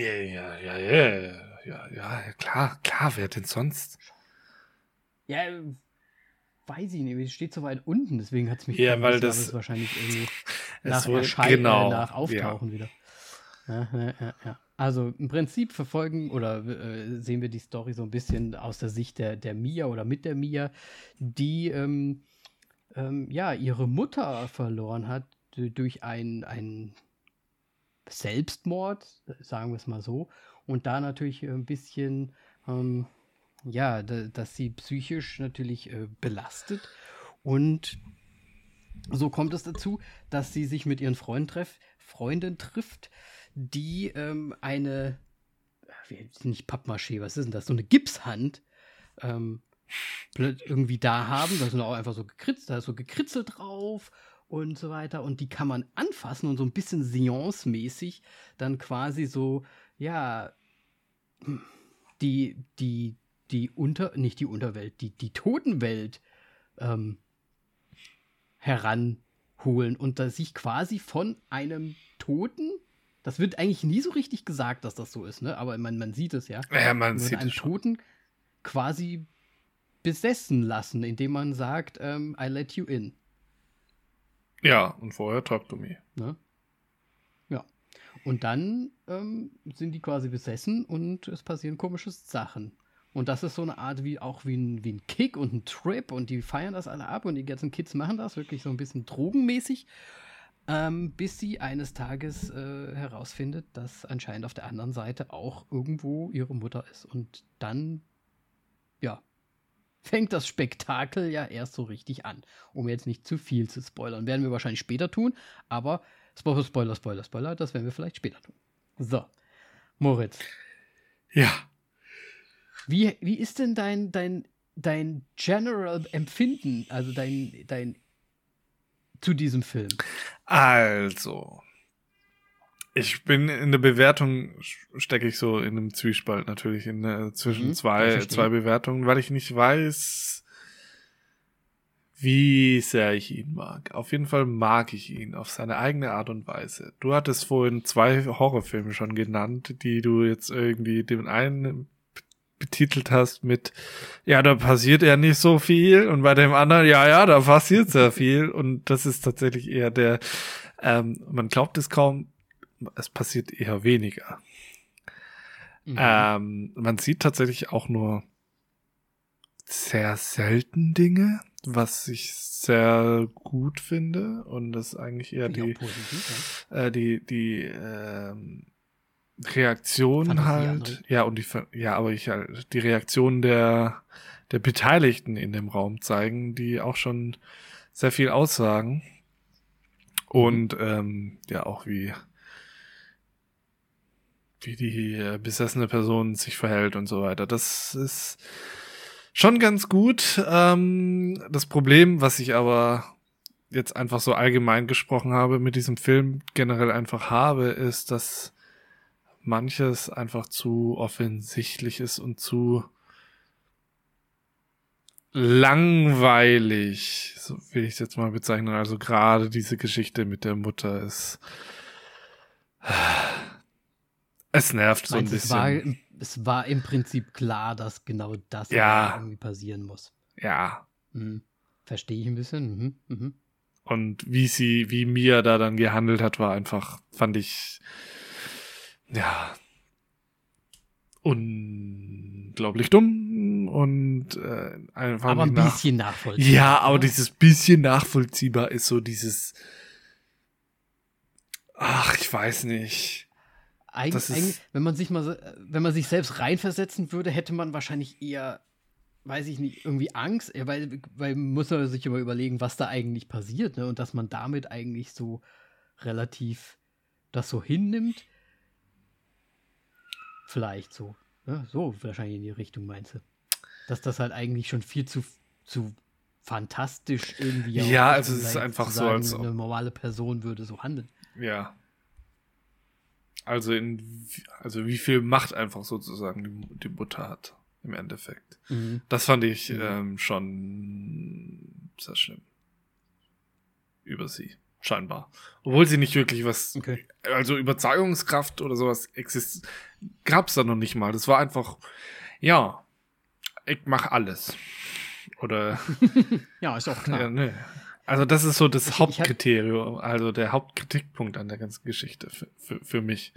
[SPEAKER 2] Ja, klar, wer denn sonst?
[SPEAKER 1] Ja, weiß ich nicht, es steht so weit unten, deswegen hat es mich
[SPEAKER 2] weil das
[SPEAKER 1] wahrscheinlich irgendwie nach Auftauchen wieder. Ja. Also im Prinzip verfolgen oder sehen wir die Story so ein bisschen aus der Sicht der Mia oder mit der Mia, die ihre Mutter verloren hat durch ein Selbstmord, sagen wir es mal so, und da natürlich ein bisschen dass sie psychisch natürlich belastet, und so kommt es dazu, dass sie sich mit ihren Freundin trifft, die nicht Pappmaché, was ist denn das, so eine Gipshand irgendwie da haben, da sind auch einfach so gekritzelt drauf und so weiter, und die kann man anfassen und so ein bisschen seance-mäßig dann quasi so, ja, die Totenwelt heranholen und da sich quasi von einem Toten, das wird eigentlich nie so richtig gesagt, dass das so ist, ne? Aber man sieht es ja.
[SPEAKER 2] Ja, man sieht
[SPEAKER 1] einen
[SPEAKER 2] es schon.
[SPEAKER 1] Toten quasi besessen lassen, indem man sagt, I let you in.
[SPEAKER 2] Ja, und vorher talk to me.
[SPEAKER 1] Ne? Ja. Und dann sind die quasi besessen und es passieren komische Sachen. Und das ist so eine Art wie ein Kick und ein Trip, und die feiern das alle ab und die ganzen Kids machen das wirklich so ein bisschen drogenmäßig, bis sie eines Tages herausfindet, dass anscheinend auf der anderen Seite auch irgendwo ihre Mutter ist. Und dann, ja, fängt das Spektakel ja erst so richtig an. Um jetzt nicht zu viel zu spoilern. Werden wir wahrscheinlich später tun, aber Spoiler, das werden wir vielleicht später tun. So, Moritz.
[SPEAKER 2] Ja.
[SPEAKER 1] Wie ist denn dein General Empfinden, also dein zu diesem Film?
[SPEAKER 2] Also, ich bin in der Bewertung, stecke ich so in einem Zwiespalt natürlich zwischen zwei Bewertungen, weil ich nicht weiß, wie sehr ich ihn mag. Auf jeden Fall mag ich ihn auf seine eigene Art und Weise. Du hattest vorhin 2 Horrorfilme schon genannt, die du jetzt irgendwie den einen betitelt hast mit, ja, da passiert ja nicht so viel, und bei dem anderen, ja, da passiert sehr viel, und das ist tatsächlich eher der, man glaubt es kaum, es passiert eher weniger. Man sieht tatsächlich auch nur sehr selten Dinge, was ich sehr gut finde, und das ist eigentlich eher die Reaktion
[SPEAKER 1] Fantasie
[SPEAKER 2] halt, die Reaktion der Beteiligten in dem Raum zeigen, die auch schon sehr viel aussagen. Und auch wie die besessene Person sich verhält und so weiter. Das ist schon ganz gut. Das Problem, was ich aber jetzt einfach so allgemein gesprochen habe, mit diesem Film generell einfach habe, ist, dass manches einfach zu offensichtlich ist und zu langweilig, so will ich es jetzt mal bezeichnen. Also gerade diese Geschichte mit der Mutter ist, es nervt so ein bisschen.
[SPEAKER 1] Es war im Prinzip klar, dass genau das irgendwie passieren muss.
[SPEAKER 2] Ja.
[SPEAKER 1] Verstehe ich ein bisschen.
[SPEAKER 2] Und wie Mia da dann gehandelt hat, war einfach, fand ich, ja, unglaublich dumm und einfach.
[SPEAKER 1] Aber ein bisschen nachvollziehbar.
[SPEAKER 2] Ja, aber dieses bisschen nachvollziehbar ist so dieses, ich weiß nicht.
[SPEAKER 1] Eigentlich, wenn man sich selbst reinversetzen würde, hätte man wahrscheinlich eher, weiß ich nicht, irgendwie Angst, weil muss man sich immer überlegen, was da eigentlich passiert, ne? Und dass man damit eigentlich so relativ das so hinnimmt. Vielleicht so. Ne? So wahrscheinlich in die Richtung, meinst du? Dass das halt eigentlich schon viel zu fantastisch irgendwie ist.
[SPEAKER 2] Ja, also es ist einfach so, als
[SPEAKER 1] eine normale Person würde so handeln.
[SPEAKER 2] Ja. Also wie viel Macht einfach sozusagen die Mutter hat, im Endeffekt. Das fand ich schon sehr schlimm. Über sie, scheinbar. Obwohl sie nicht wirklich was, also Überzeugungskraft oder sowas gab's da noch nicht mal. Das war einfach, ja, ich mach alles. Oder
[SPEAKER 1] ja, ist auch klar.
[SPEAKER 2] Ja, ne. Also das ist so das Hauptkriterium, also der Hauptkritikpunkt an der ganzen Geschichte für mich.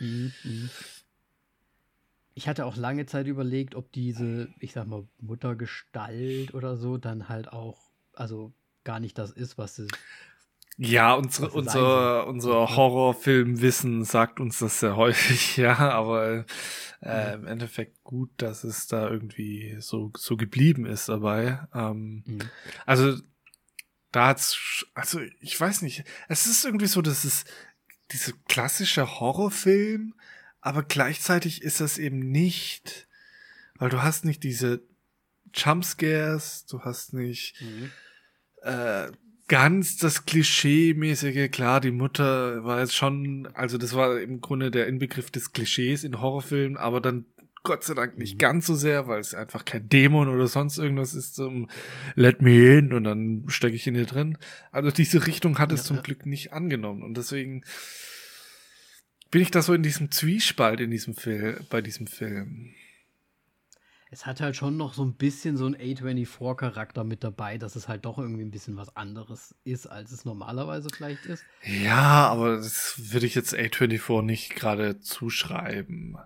[SPEAKER 1] Ich hatte auch lange Zeit überlegt, ob diese, ich sag mal, Muttergestalt oder so dann halt auch, also gar nicht das ist, was sie.
[SPEAKER 2] Ja, unser Horrorfilmwissen sagt uns das sehr häufig, ja, aber im Endeffekt gut, dass es da irgendwie so geblieben ist dabei. Also ich weiß nicht, es ist irgendwie so, dass es diese klassische Horrorfilm, aber gleichzeitig ist das eben nicht, weil du hast nicht diese Jumpscares, du hast nicht ganz das Klischee-mäßige, klar, die Mutter war jetzt schon, also das war im Grunde der Inbegriff des Klischees in Horrorfilmen, aber dann Gott sei Dank nicht ganz so sehr, weil es einfach kein Dämon oder sonst irgendwas ist, zum Let me in und dann stecke ich in dir drin. Also diese Richtung hat es zum Glück nicht angenommen und deswegen bin ich da so in diesem Zwiespalt bei diesem Film.
[SPEAKER 1] Es hat halt schon noch so ein bisschen so einen A24-Charakter mit dabei, dass es halt doch irgendwie ein bisschen was anderes ist, als es normalerweise vielleicht ist.
[SPEAKER 2] Ja, aber das würde ich jetzt A24 nicht gerade zuschreiben.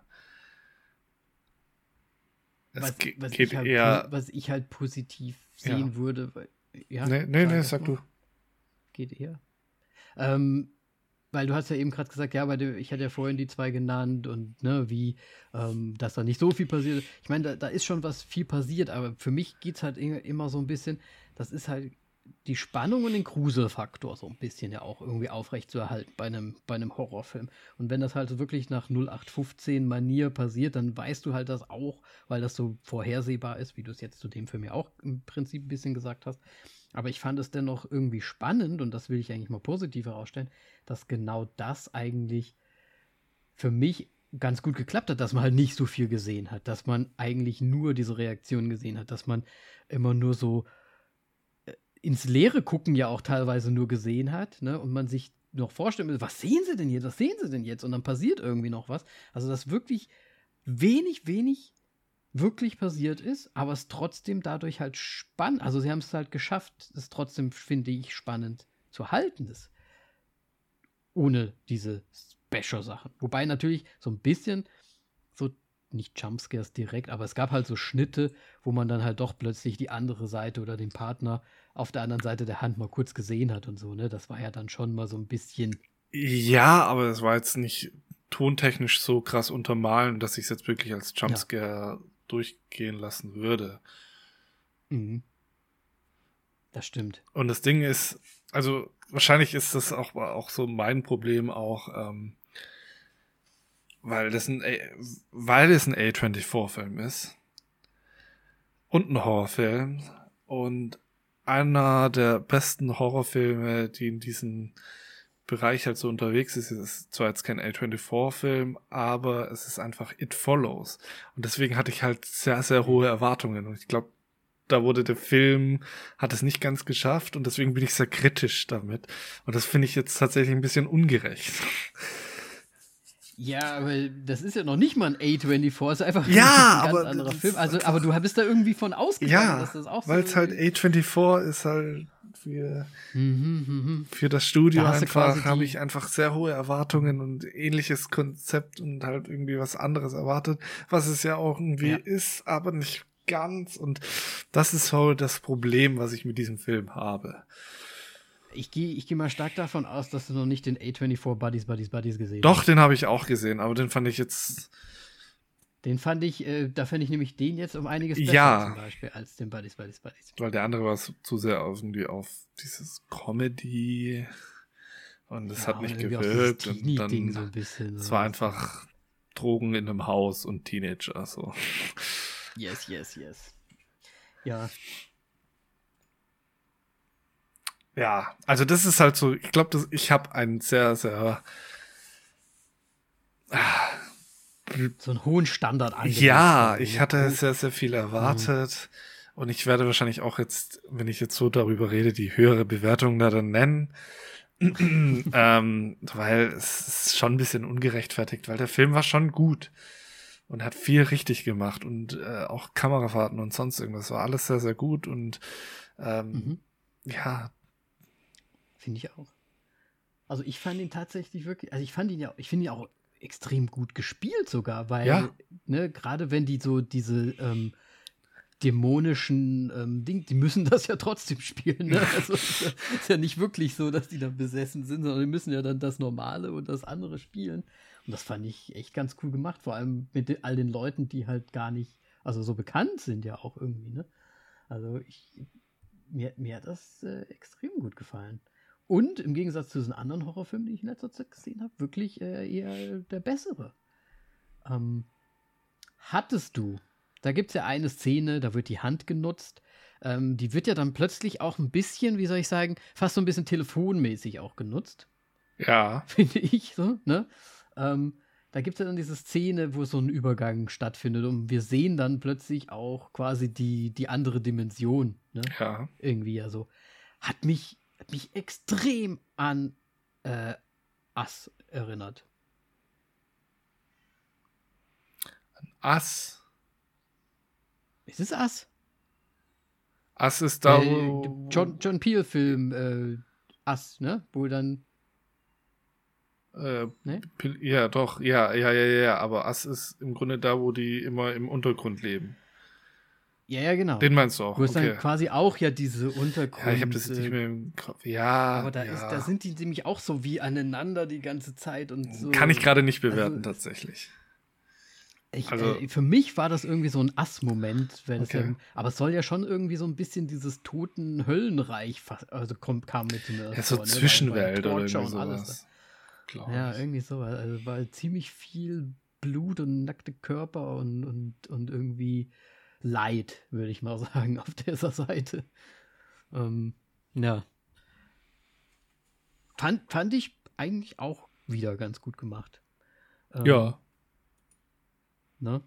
[SPEAKER 1] Was ich halt positiv sehen würde.
[SPEAKER 2] Nee, sag du.
[SPEAKER 1] Geht eher. Weil du hast ja eben gerade gesagt, ich hatte ja vorhin die 2 genannt und ne, wie, dass da nicht so viel passiert. Ich meine, da ist schon viel passiert, aber für mich geht es halt immer so ein bisschen, das ist halt die Spannung und den Gruselfaktor so ein bisschen ja auch irgendwie aufrechtzuerhalten bei einem Horrorfilm. Und wenn das halt so wirklich nach 0815-Manier passiert, dann weißt du halt das auch, weil das so vorhersehbar ist, wie du es jetzt zu dem Film ja auch im Prinzip ein bisschen gesagt hast. Aber ich fand es dennoch irgendwie spannend, und das will ich eigentlich mal positiv herausstellen, dass genau das eigentlich für mich ganz gut geklappt hat, dass man halt nicht so viel gesehen hat, dass man eigentlich nur diese Reaktion gesehen hat, dass man immer nur so ins Leere gucken ja auch teilweise nur gesehen hat, ne? Und man sich noch vorstellen will, was sehen sie denn jetzt? Was sehen sie denn jetzt? Und dann passiert irgendwie noch was. Also, dass wirklich wenig wirklich passiert ist, aber es trotzdem dadurch halt spannend, also sie haben es halt geschafft, es trotzdem, finde ich, spannend zu halten, das, ohne diese Special-Sachen. Wobei natürlich so ein bisschen, so nicht Jumpscares direkt, aber es gab halt so Schnitte, wo man dann halt doch plötzlich die andere Seite oder den Partner auf der anderen Seite der Hand mal kurz gesehen hat und so, ne? Das war ja dann schon mal so ein bisschen.
[SPEAKER 2] Ja, aber es war jetzt nicht tontechnisch so krass untermalen, dass ich es jetzt wirklich als Jumpscare durchgehen lassen würde.
[SPEAKER 1] Mhm. Das stimmt.
[SPEAKER 2] Und das Ding ist, also wahrscheinlich ist das auch so mein Problem auch, weil es ein A24-Film ist und ein Horrorfilm und einer der besten Horrorfilme, die in diesem Bereich halt so unterwegs ist. Es ist zwar jetzt kein A24-Film, aber es ist einfach It Follows. Und deswegen hatte ich halt sehr, sehr hohe Erwartungen. Und ich glaube, da wurde der Film, hat es nicht ganz geschafft und deswegen bin ich sehr kritisch damit. Und das finde ich jetzt tatsächlich ein bisschen ungerecht.
[SPEAKER 1] Ja, aber das ist ja noch nicht mal ein A24, ist einfach
[SPEAKER 2] Ja,
[SPEAKER 1] ein ganz
[SPEAKER 2] aber
[SPEAKER 1] anderer
[SPEAKER 2] das
[SPEAKER 1] Film.
[SPEAKER 2] ist
[SPEAKER 1] Also,
[SPEAKER 2] einfach-
[SPEAKER 1] aber du bist da irgendwie von ausgegangen,
[SPEAKER 2] Ja,
[SPEAKER 1] dass das auch so
[SPEAKER 2] weil es halt A24 ist halt für das Studio
[SPEAKER 1] Da hast du
[SPEAKER 2] einfach,
[SPEAKER 1] quasi
[SPEAKER 2] habe
[SPEAKER 1] die-
[SPEAKER 2] ich einfach sehr hohe Erwartungen und ähnliches Konzept und halt irgendwie was anderes erwartet, was es ja auch irgendwie ist, aber nicht ganz. Und das ist so das Problem, was ich mit diesem Film habe.
[SPEAKER 1] Ich geh mal stark davon aus, dass du noch nicht den A24 Buddies gesehen
[SPEAKER 2] Doch,
[SPEAKER 1] hast.
[SPEAKER 2] den habe ich auch gesehen, aber den fand ich jetzt.
[SPEAKER 1] Den fand ich, da fände ich nämlich den jetzt um einiges besser
[SPEAKER 2] Ja.
[SPEAKER 1] zum Beispiel als den Buddies.
[SPEAKER 2] Weil der andere war zu sehr irgendwie auf dieses Comedy und es hat nicht
[SPEAKER 1] und irgendwie auch dieses
[SPEAKER 2] gewirkt und
[SPEAKER 1] Teenie-Ding
[SPEAKER 2] dann
[SPEAKER 1] so ein bisschen.
[SPEAKER 2] es
[SPEAKER 1] so.
[SPEAKER 2] war einfach Drogen in einem Haus und Teenager so.
[SPEAKER 1] Yes. Ja.
[SPEAKER 2] Ja, also das ist halt so, ich glaube, ich habe einen sehr, sehr
[SPEAKER 1] So einen hohen Standard angesetzt.
[SPEAKER 2] ja,
[SPEAKER 1] Also,
[SPEAKER 2] ich hatte sehr, sehr viel erwartet und ich werde wahrscheinlich auch jetzt, wenn ich jetzt so darüber rede, die höhere Bewertung da dann nennen, weil es ist schon ein bisschen ungerechtfertigt, weil der Film war schon gut und hat viel richtig gemacht und auch Kamerafahrten und sonst irgendwas war alles sehr, sehr gut und ja.
[SPEAKER 1] Finde ich auch. Also ich fand ihn tatsächlich wirklich, also ich finde ihn auch extrem gut gespielt sogar, weil, ne, gerade wenn die so diese dämonischen die müssen das ja trotzdem spielen, ne? Also ist ja nicht wirklich so, dass die dann besessen sind, sondern die müssen ja dann das Normale und das andere spielen. Und das fand ich echt ganz cool gemacht, vor allem mit all den Leuten, die halt gar nicht, also so bekannt sind ja auch irgendwie, ne? Also mir hat das extrem gut gefallen. Und im Gegensatz zu diesen anderen Horrorfilmen, die ich in letzter Zeit gesehen habe, wirklich eher der bessere. Hattest du, da gibt es ja eine Szene, da wird die Hand genutzt. Die wird ja dann plötzlich auch ein bisschen, wie soll ich sagen, fast so ein bisschen telefonmäßig auch genutzt.
[SPEAKER 2] Ja.
[SPEAKER 1] Finde ich so, ne? Da gibt es ja dann diese Szene, wo so ein Übergang stattfindet und wir sehen dann plötzlich auch quasi die andere Dimension, ne?
[SPEAKER 2] Ja.
[SPEAKER 1] Irgendwie ja so. Hat mich extrem an Us erinnert.
[SPEAKER 2] Us.
[SPEAKER 1] Ist es Us?
[SPEAKER 2] Us ist da, wo
[SPEAKER 1] John Peel-Film Us, ne? Wo dann ne?
[SPEAKER 2] Ja, doch, ja, aber Us ist im Grunde da, wo die immer im Untergrund leben.
[SPEAKER 1] Ja, genau.
[SPEAKER 2] Den meinst du auch,
[SPEAKER 1] wo es dann quasi auch ja diese Untergrund...
[SPEAKER 2] Ja, ich habe das jetzt nicht mehr im Kopf. Ja,
[SPEAKER 1] aber da sind die nämlich auch so wie aneinander die ganze Zeit und so.
[SPEAKER 2] Kann ich gerade nicht bewerten, tatsächlich.
[SPEAKER 1] Für mich war das irgendwie so ein Ass-Moment, aber es soll ja schon irgendwie so ein bisschen dieses toten Höllenreich kam mit mir
[SPEAKER 2] ja, so
[SPEAKER 1] vor,
[SPEAKER 2] Zwischenwelt
[SPEAKER 1] ne?
[SPEAKER 2] oder irgendwie
[SPEAKER 1] und alles
[SPEAKER 2] sowas.
[SPEAKER 1] Ja, irgendwie so. Also war ziemlich viel Blut und nackte Körper und irgendwie Leid, würde ich mal sagen, auf dieser Seite. Ja. Fand ich eigentlich auch wieder ganz gut gemacht.
[SPEAKER 2] Ja.
[SPEAKER 1] Ne?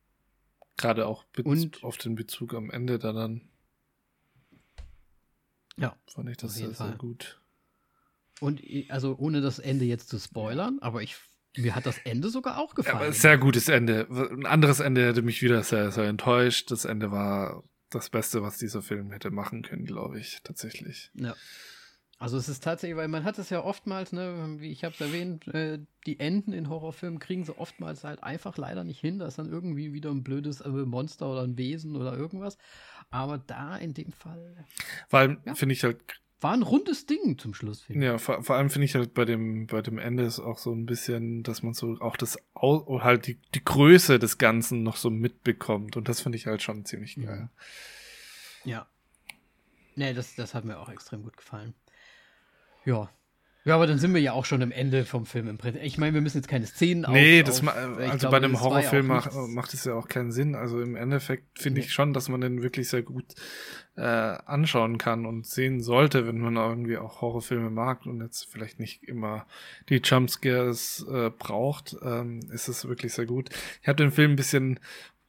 [SPEAKER 2] Gerade auch auf den Bezug am Ende dann.
[SPEAKER 1] Ja,
[SPEAKER 2] fand ich das
[SPEAKER 1] auf jeden
[SPEAKER 2] sehr, sehr
[SPEAKER 1] Fall.
[SPEAKER 2] gut.
[SPEAKER 1] Und also ohne das Ende jetzt zu spoilern, aber mir hat das Ende sogar auch
[SPEAKER 2] Ja,
[SPEAKER 1] gefallen.
[SPEAKER 2] aber sehr gutes Ende. Ein anderes Ende hätte mich wieder sehr, sehr enttäuscht. Das Ende war das Beste, was dieser Film hätte machen können, glaube ich, tatsächlich.
[SPEAKER 1] Ja. Also es ist tatsächlich, weil man hat es ja oftmals, ne, wie ich habe es erwähnt, die Enden in Horrorfilmen kriegen sie oftmals halt einfach leider nicht hin. Da ist dann irgendwie wieder ein blödes Monster oder ein Wesen oder irgendwas. Aber da in dem Fall
[SPEAKER 2] Weil,
[SPEAKER 1] Ja.
[SPEAKER 2] finde ich halt,
[SPEAKER 1] war ein rundes Ding zum Schluss, finde ich.
[SPEAKER 2] ja, vor allem finde ich halt bei dem Ende ist auch so ein bisschen, dass man so auch halt die Größe des Ganzen noch so mitbekommt. Und das finde ich halt schon ziemlich geil.
[SPEAKER 1] Ja. Nee, das hat mir auch extrem gut gefallen. Ja. Ja, aber dann sind wir ja auch schon am Ende vom Film im Prinzip. Ich meine, wir müssen jetzt keine Szenen
[SPEAKER 2] Nee,
[SPEAKER 1] ich
[SPEAKER 2] also
[SPEAKER 1] glaube,
[SPEAKER 2] bei einem
[SPEAKER 1] es war ja auch
[SPEAKER 2] Horrorfilm
[SPEAKER 1] nichts-
[SPEAKER 2] macht es ja auch keinen Sinn. Also im Endeffekt finde ich schon, dass man den wirklich sehr gut anschauen kann und sehen sollte, wenn man irgendwie auch Horrorfilme mag und jetzt vielleicht nicht immer die Jumpscares braucht, ist es wirklich sehr gut. Ich habe den Film ein bisschen,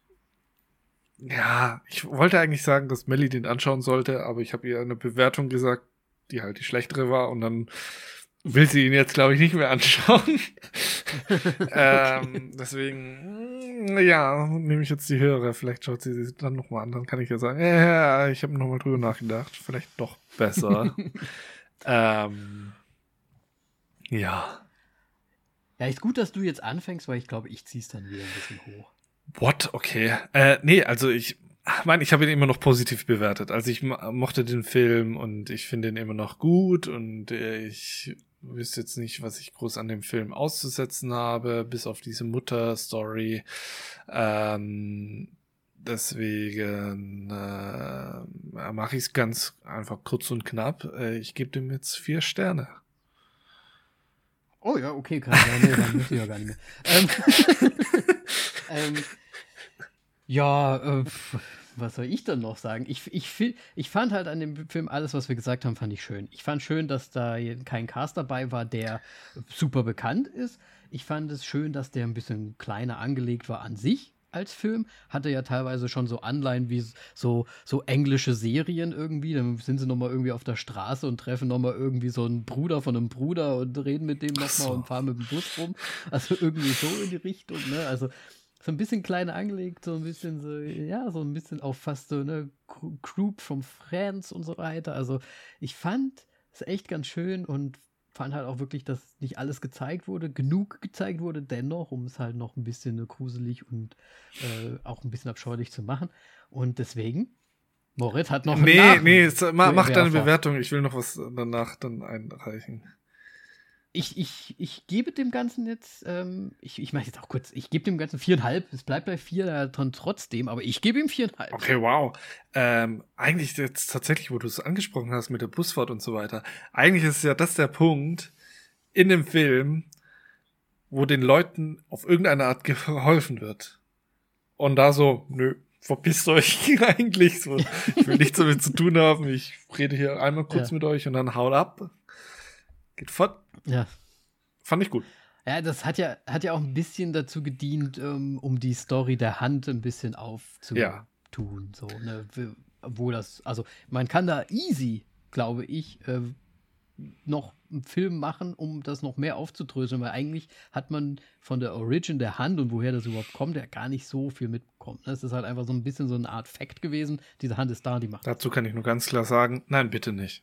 [SPEAKER 2] ja, ich wollte eigentlich sagen, dass Melly den anschauen sollte, aber ich habe ihr eine Bewertung gesagt, die halt die schlechtere war und dann will sie ihn jetzt, glaube ich, nicht mehr anschauen. Deswegen, ja, nehme ich jetzt die höhere. Vielleicht schaut sie sich dann nochmal an. Dann kann ich ja sagen, ja, ich habe nochmal drüber nachgedacht. Vielleicht doch besser. Ja.
[SPEAKER 1] Ja, ist gut, dass du jetzt anfängst, weil ich glaube, ich zieh's dann wieder ein bisschen hoch.
[SPEAKER 2] What? Okay. Nee, also ich meine, ich habe ihn immer noch positiv bewertet. Also ich mochte den Film und ich finde ihn immer noch gut und ich wüsste jetzt nicht, was ich groß an dem Film auszusetzen habe, bis auf diese Mutter-Story. Deswegen mache ich es ganz einfach kurz und knapp. Ich gebe dem jetzt 4 Sterne.
[SPEAKER 1] Oh ja, okay, kann sein. Nee, dann muss ich ja gar nicht mehr. Was soll ich dann noch sagen? Ich fand halt an dem Film alles, was wir gesagt haben, fand ich schön. Ich fand schön, dass da kein Cast dabei war, der super bekannt ist. Ich fand es schön, dass der ein bisschen kleiner angelegt war an sich als Film. Hatte ja teilweise schon so Anleihen wie so englische Serien irgendwie. Dann sind sie nochmal irgendwie auf der Straße und treffen nochmal irgendwie so einen Bruder von einem Bruder und reden mit dem nochmal und fahren mit dem Bus rum. Also irgendwie so in die Richtung, ne? Also so ein bisschen kleiner angelegt, so ein bisschen so, ja, so ein bisschen auch fast so, ne, Group from Friends und so weiter. Also ich fand es echt ganz schön und fand halt auch wirklich, dass nicht alles gezeigt wurde, genug gezeigt wurde, dennoch, um es halt noch ein bisschen gruselig und auch ein bisschen abscheulich zu machen. Und deswegen, Moritz hat noch
[SPEAKER 2] mach deine Bewertung. Ich will noch was danach dann einreichen.
[SPEAKER 1] Ich gebe dem Ganzen jetzt, ich mache jetzt auch kurz, ich gebe dem Ganzen 4,5. Es bleibt bei 4 dann trotzdem, aber ich gebe ihm 4,5.
[SPEAKER 2] Okay, wow. Eigentlich jetzt tatsächlich, wo du es angesprochen hast mit der Busfahrt und so weiter, eigentlich ist ja das der Punkt in dem Film, wo den Leuten auf irgendeine Art geholfen wird. Und da so, nö, verpisst euch eigentlich so. Ich will nichts damit zu tun haben. Ich rede hier einmal kurz mit euch und dann haut ab. Geht fort.
[SPEAKER 1] Ja.
[SPEAKER 2] Fand ich gut.
[SPEAKER 1] Ja, das hat ja auch ein bisschen dazu gedient, um die Story der Hand ein bisschen aufzutun. So, ne? Wo das, also man kann da easy, glaube ich, noch einen Film machen, um das noch mehr aufzudröseln, weil eigentlich hat man von der Origin der Hand und woher das überhaupt kommt, ja gar nicht so viel mitbekommen. Es ist halt einfach so ein bisschen so eine Art Fact gewesen. Diese Hand ist da, die macht.
[SPEAKER 2] Dazu kann ich nur ganz klar sagen, nein, bitte nicht.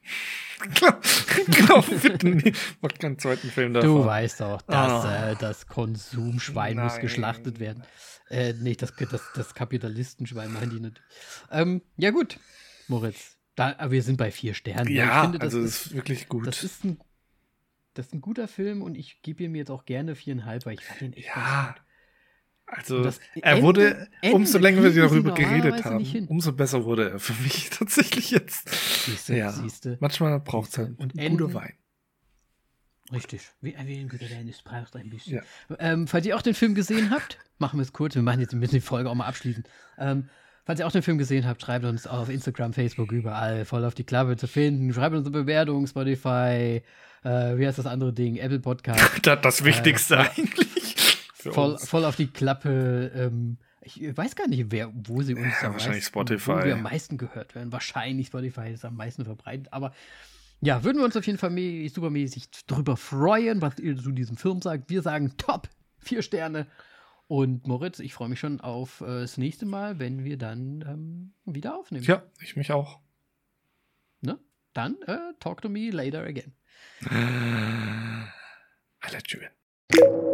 [SPEAKER 2] Klar, bitte nicht. Macht keinen zweiten Film davon.
[SPEAKER 1] Du weißt doch, dass das Konsumschwein muss geschlachtet werden. Nicht das Kapitalistenschwein, meinen die nicht. Ja gut, Moritz. Aber wir sind bei 4 Sternen.
[SPEAKER 2] Ja,
[SPEAKER 1] ich finde,
[SPEAKER 2] das ist wirklich gut.
[SPEAKER 1] Das ist ein guter Film und ich gebe ihm jetzt auch gerne 4,5, weil ich fand ihn echt ganz gut.
[SPEAKER 2] Also, er wurde, umso länger wir darüber geredet haben, umso besser wurde er für mich tatsächlich jetzt. Siehste. Manchmal braucht es halt ein guter Wein.
[SPEAKER 1] Richtig. Wie ein guter Wein, es braucht ein bisschen. Ja. Falls ihr auch den Film gesehen habt, machen wir es kurz, wir müssen die Folge auch mal abschließen. Falls ihr auch den Film gesehen habt, schreibt uns auf Instagram, Facebook, überall, voll auf die Klappe zu finden. Schreibt uns eine Bewertung, Spotify, wie heißt das andere Ding, Apple Podcast.
[SPEAKER 2] Das Wichtigste eigentlich.
[SPEAKER 1] Voll auf die Klappe Ich weiß gar nicht, wo sie uns
[SPEAKER 2] wahrscheinlich Spotify.
[SPEAKER 1] Wo wir am meisten gehört werden. Wahrscheinlich Spotify ist am meisten verbreitet. Aber ja, würden wir uns auf jeden Fall supermäßig drüber freuen, was ihr zu diesem Film sagt. Wir sagen top, 4 Sterne. Und Moritz, ich freue mich schon auf das nächste Mal, wenn wir dann wieder aufnehmen.
[SPEAKER 2] Ja, ich mich auch.
[SPEAKER 1] Ne? Dann talk to me later again.
[SPEAKER 2] I let you in.